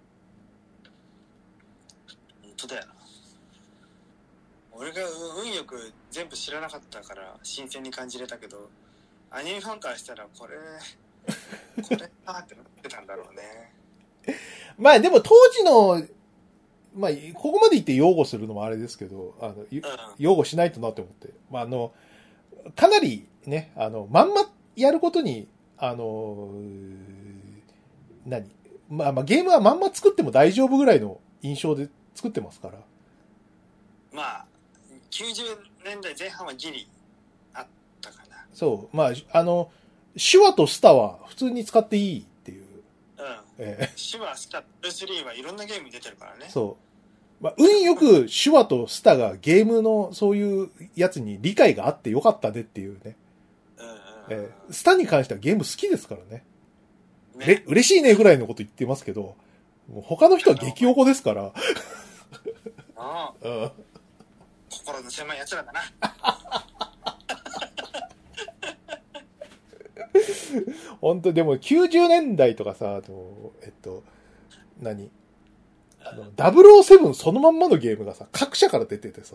ー。本当だよな。俺が運よく全部知らなかったから新鮮に感じれたけど、アニメファンからしたらこれ、これなってなってたんだろうね。 まあでも当時の、まあここまで言って擁護するのもあれですけど、あの、うん、擁護しないとなって思って。まああの、かなりね、あの、まんまやることに、あの、何まあまあゲームはまんま作っても大丈夫ぐらいの印象で作ってますから。 まあ、きゅうじゅうねんだいぜん半はギリあったかな。 そう。まあ、あの、手話とスタは普通に使っていいっていう。 うん。えー、手話、スタ、ブイスリーはいろんなゲームに出てるからね。 そう。まあ、運よく手話とスタがゲームのそういうやつに理解があってよかったねっていうね。うんうんうん、えー、スタに関してはゲーム好きですからね。ね、嬉しいねぐらいのこと言ってますけど、もう他の人は激おこですから。ああ。うん。 心の狭い奴らだな。 本当でもきゅうじゅうねんだいとかさ、あとえっと何あのダブルオーセブンそのまんまのゲームがさ各社から出ててさ、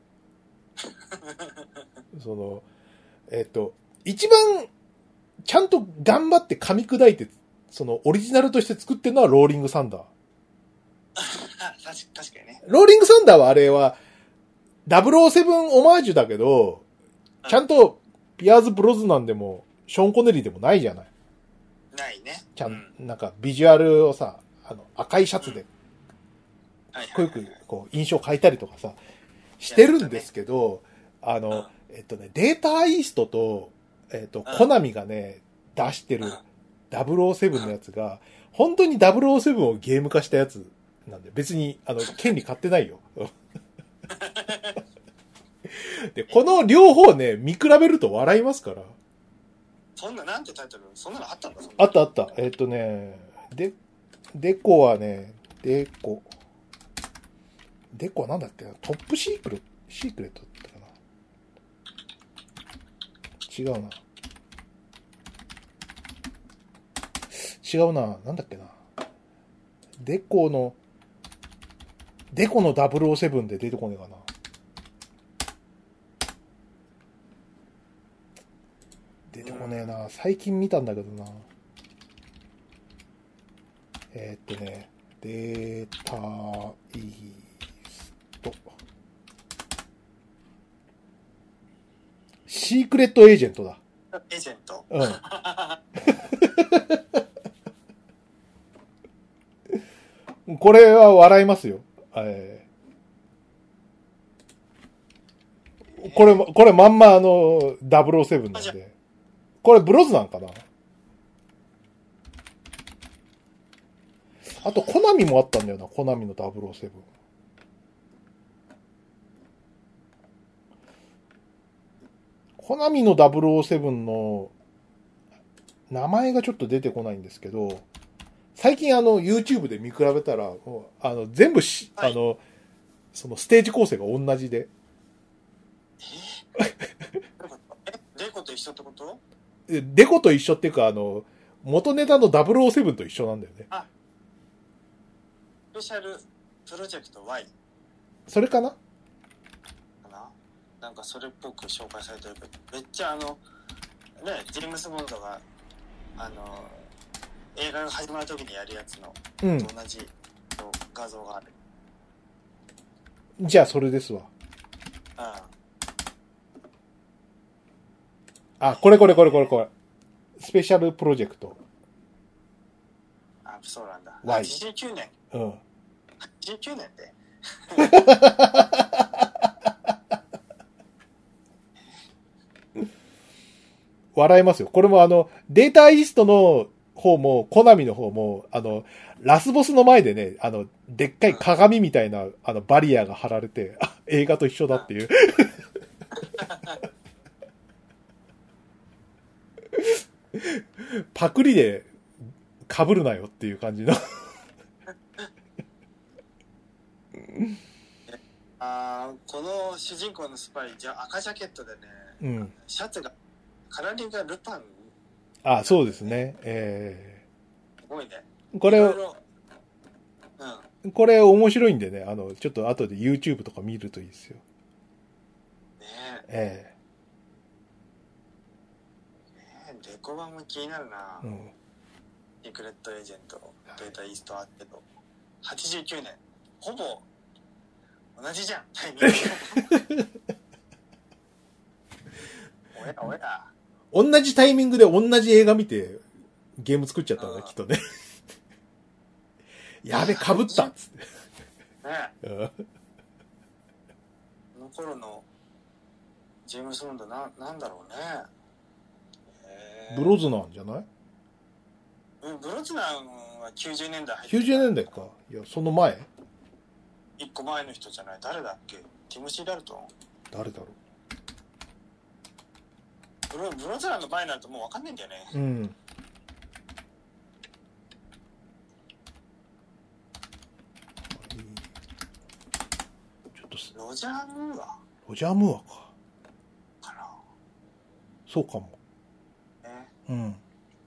そのえっと一番ちゃんと頑張って噛み砕いてそのオリジナルとして作ってるのはローリングサンダー。 確かにね。 ローリングサンダーはあれはダブルオーセブンオマージュだけど、ちゃんとピアーズ・ブロズナンでもショーン・コネリーでもないじゃない。 ないね。 ちゃん、うん、なんかビジュアルをさ、あの赤いシャツで、かっこよくこう印象変えたりとかさ、してるんですけど、あの、えっとね、データイーストと、えっと、コナミがね、出してるダブルオーセブンのやつが、本当にダブルオーセブンをゲーム化したやつなんで、別に、あの、権利買ってないよ。 で、この両方ね、見比べると笑いますから。 そんな、なんてタイトルそんなのあったんだ。 あったあった。えっとね、で、デコはね、デコ。デコはなんだっけな、トップシークレット、シークレットだったかな。違うな。違うな。なんだっけな。デコの、デコのダブルオーセブンで出てこねえかな。出てこねえな。最近見たんだけどな。えー、っとね、データイースト。シークレットエージェントだ。 エージェント。 うん。これは笑いますよ。えー、これ、これまんまあの、ダブルオーセブンなんで。これブロズなんかな。あと、コナミもあったんだよな。コナミのダブルオーセブン。コナミのダブルオーセブンの名前がちょっと出てこないんですけど、最近あの YouTube で見比べたら、あの全部し、はい、あの、そのステージ構成が同じで。 えデコと一緒ってこと？ デコと一緒っていうか、あの、元ネタのダブルオーセブンと一緒なんだよね。 あ、スペシャルプロジェクト Y。 それかな？ なんかそれっぽく紹介されてるけど、めっちゃあのね、ジェームス・ボンドがあの映画が始まる時にやるやつの、うん、と同じ画像がある。 じゃあそれですわ。 ああ、あ、これこれこれこれこれスペシャルプロジェクト。 あ、そうなんだ。 Y。 はちじゅうきゅうねん。うん。はちじゅうきゅうねんって。 笑いますよ。これもあの、データイーストの方も、コナミの方も、あの、ラスボスの前でね、あの、でっかい鏡みたいな、あの、バリアが張られて、あ、映画と一緒だっていう。パクリで被るなよっていう感じの。 あこの主人公のスパイ、じゃ赤ジャケットでね、うん、シャツが、カラーリングがルパン。 あ、そうですね。えー、すごいね。 これを、うん、これ面白いんでね、あの、ちょっと後で YouTube とか見るといいですよ。 ねえ。ええ。ねえ、デコ版も気になるな。うん。シークレットエージェント、データイーストあってと。はちじゅうきゅうねん。ほぼ、同じじゃん、タイミング。おやおや。 同じタイミングで同じ映画見てゲーム作っちゃったんだ、きっとね。やべ、被ったっつって。 ねえ。この頃のジェームス・ボンドな、なんだろうね。 ブロズナンじゃない？ うん、ブロズナンはきゅうじゅうねんだい入ってきゅうじゅうねんだいか。いや、その前一個前の人じゃない。誰だっけ？ティモシー・ダルトン？ 誰だろう。 ブロ、ブロズナンの前になるともう分かんないんだよね。 うん。ちょっとロジャー・ムーア？ ロジャー・ムーアか。 かな。 そうかも。 ね。 うん。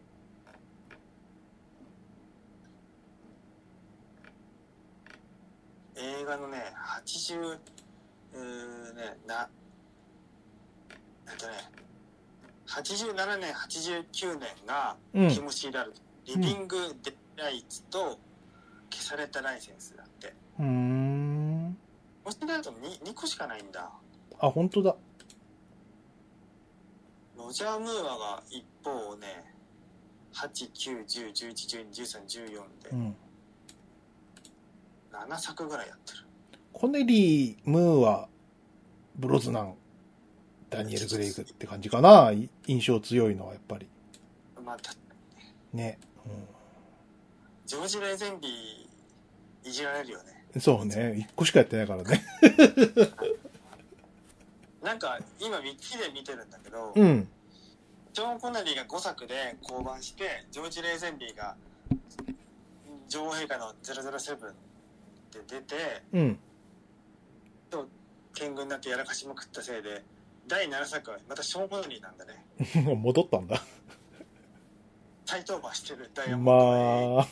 映画のね、はちじゅう、えー、ね、な、えっとね、はちじゅうななねん、はちじゅうきゅうねんが、うん、ティモシー・ダルト、リビング・デライツと消されたライセンスだって。 うーん。 ティモシー・ダルト に, にこしかないんだ。 あ、本当だ。 ロジャー・ムーアが一方ね、はち、きゅう、じゅう、じゅういち、じゅうに、じゅうさん、じゅうよんで、うん、ななさくぐらいやってる。 コネリー・ムーア、ブロズナン、ダニエル・グレイグって感じかな。印象強いのはやっぱり。 まあ、 ね、うん。 ジョージ・レイゼンビーいじられるよね。 そうね。一個しかやってないからね。 なんか今ウィキで見てるんだけど、 うん。 ジョン・コナリーがごさくで降板して、ジョージ・レイゼンビーが女王陛下のゼロゼロセブンで出て、 うん。 と天狗になってやらかしまくったせいで、だいななさくはまたショーン・コナリーなんだね。 戻ったんだ。 再登板してるダイヤモンド。 まあ。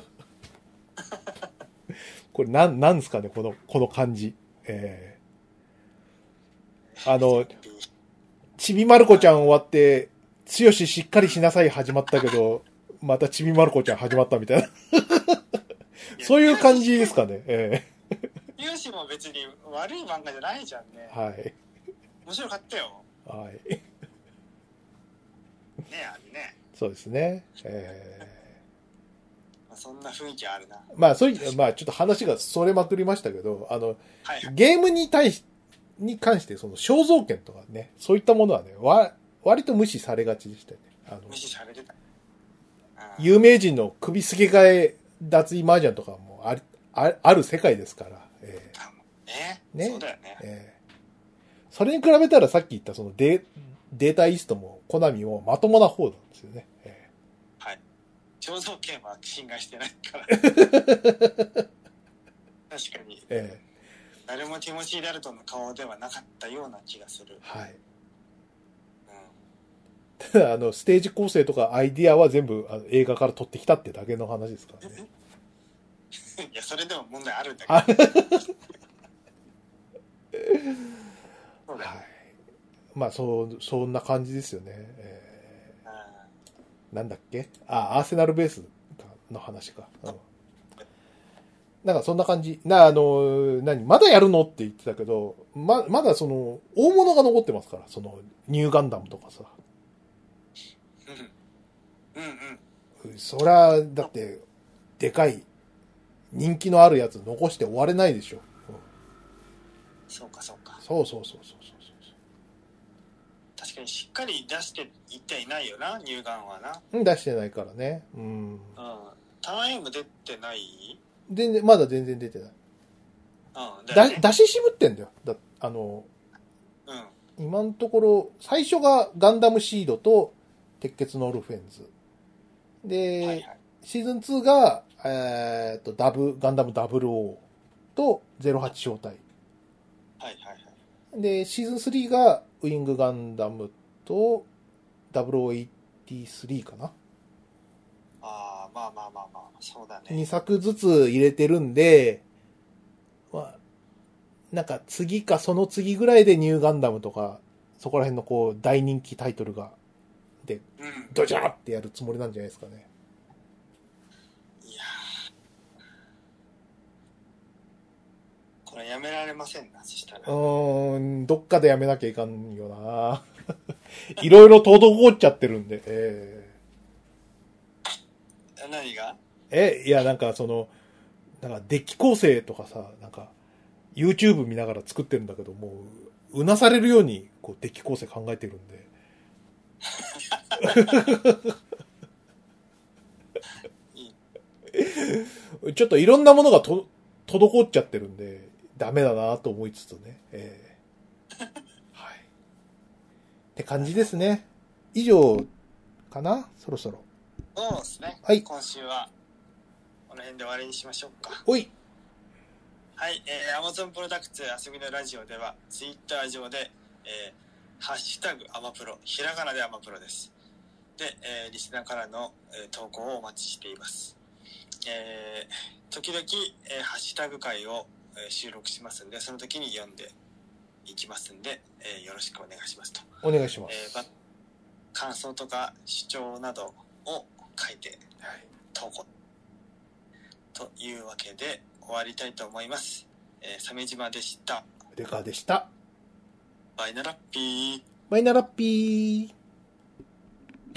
これなん、なんですかね、この、この感じ。えー、あの、ちびまる子ちゃん終わって、つよししっかりしなさい始まったけど、またちびまる子ちゃん始まったみたいな。そういう感じですかね。えー、つよしも別に悪い漫画じゃないじゃんね。 はい。 面白かったよ。 はい。 ねあれね。 そうですね。えーそんな雰囲気あるな。 まあ、そういう、まあ、ちょっと話がそれまくりましたけど、あの、 はいはい、 ゲームに対し、に関して、その肖像権とかね、そういったものはね、わ、割と無視されがちでしたよね。あの、 無視されてた。 有名人の首すげ替え脱衣麻雀とかもあり、あある世界ですから。えー、ね。 ね。 そうだよね。 えー、それに比べたらさっき言ったそのデ、データイーストもコナミもまともな方なんですよね。えー肖像権は侵害してないから確かに、ええ、誰もティモシー・ダルトンの顔ではなかったような気がする。 はい、うん、ただあのステージ構成とかアイディアは全部あの映画から撮ってきたってだけの話ですからねいやそれでも問題あるんだけどそうだ、はい、 まあそうそんな感じですよね、えーなんだっけあ、アーセナルベースの話か。うん。なんかそんな感じ。な、あの、何まだやるのって言ってたけど、ま、まだその、大物が残ってますから。その、ニューガンダムとかさ。 うん。うんうん。 そりゃ、だって、でかい、人気のあるやつ残して終われないでしょ。うん、 そうかそうか。 そうそうそうそうそう。 確かにしっかり出していっていないよな、ニューガンはな。 うん、出してないからね。うん。うん。 タワーエム出てない全然、まだ全然出てない。 うん、 だ、ね、出し渋ってんだよ。だ、あの、 うん。 今のところ、最初がガンダムシードと鉄血のオルフェンズ。で、はいはい、シーズンツーが、えー、っと、ダブ、ガンダムダブルオーとゼロはち招待。 はいはいはい。 で、シーズンスリーがウィングガンダムとダブルオーエイティースリーかな。 ああ、まあまあまあまあ、そうだね。 にさくずつ入れてるんで、まあ、なんか次かその次ぐらいでニューガンダムとか、そこら辺のこう大人気タイトルが、で、うん、ドジャーってやるつもりなんじゃないですかね。 いやー、これやめられませんな、そしたら。 うーん、どっかでやめなきゃいかんよな。いろいろ滞っちゃってるんで、えー、何がえ、いや、なんかその、なんかデッキ構成とかさ、なんか、YouTube 見ながら作ってるんだけど、もう、うなされるように、こう、デッキ構成考えてるんで。ちょっといろんなものがと、滞っちゃってるんで、ダメだなと思いつつね。えー、はい。って感じですね。以上、かなそろそろ。 そうですね。 はい。 今週は、この辺で終わりにしましょうか。 おい。 はい、えー、Amazon プロダクツ遊びのラジオでは、ツイッター上で、えー、ハッシュタグアマプロ、ひらがなでアマプロです。で、えー、リスナーからの、えー、投稿をお待ちしています。えー、時々、えー、ハッシュタグ会を、えー、収録しますんで、その時に読んでいきますんで、えー、よろしくお願いしますと。 お願いします。 えー、ば感想とか主張などを書いて、はい、投稿。というわけで、終わりたいと思います。えー、鮫島でした。 デカでした。 バイナラッピー。 バイナラッピー。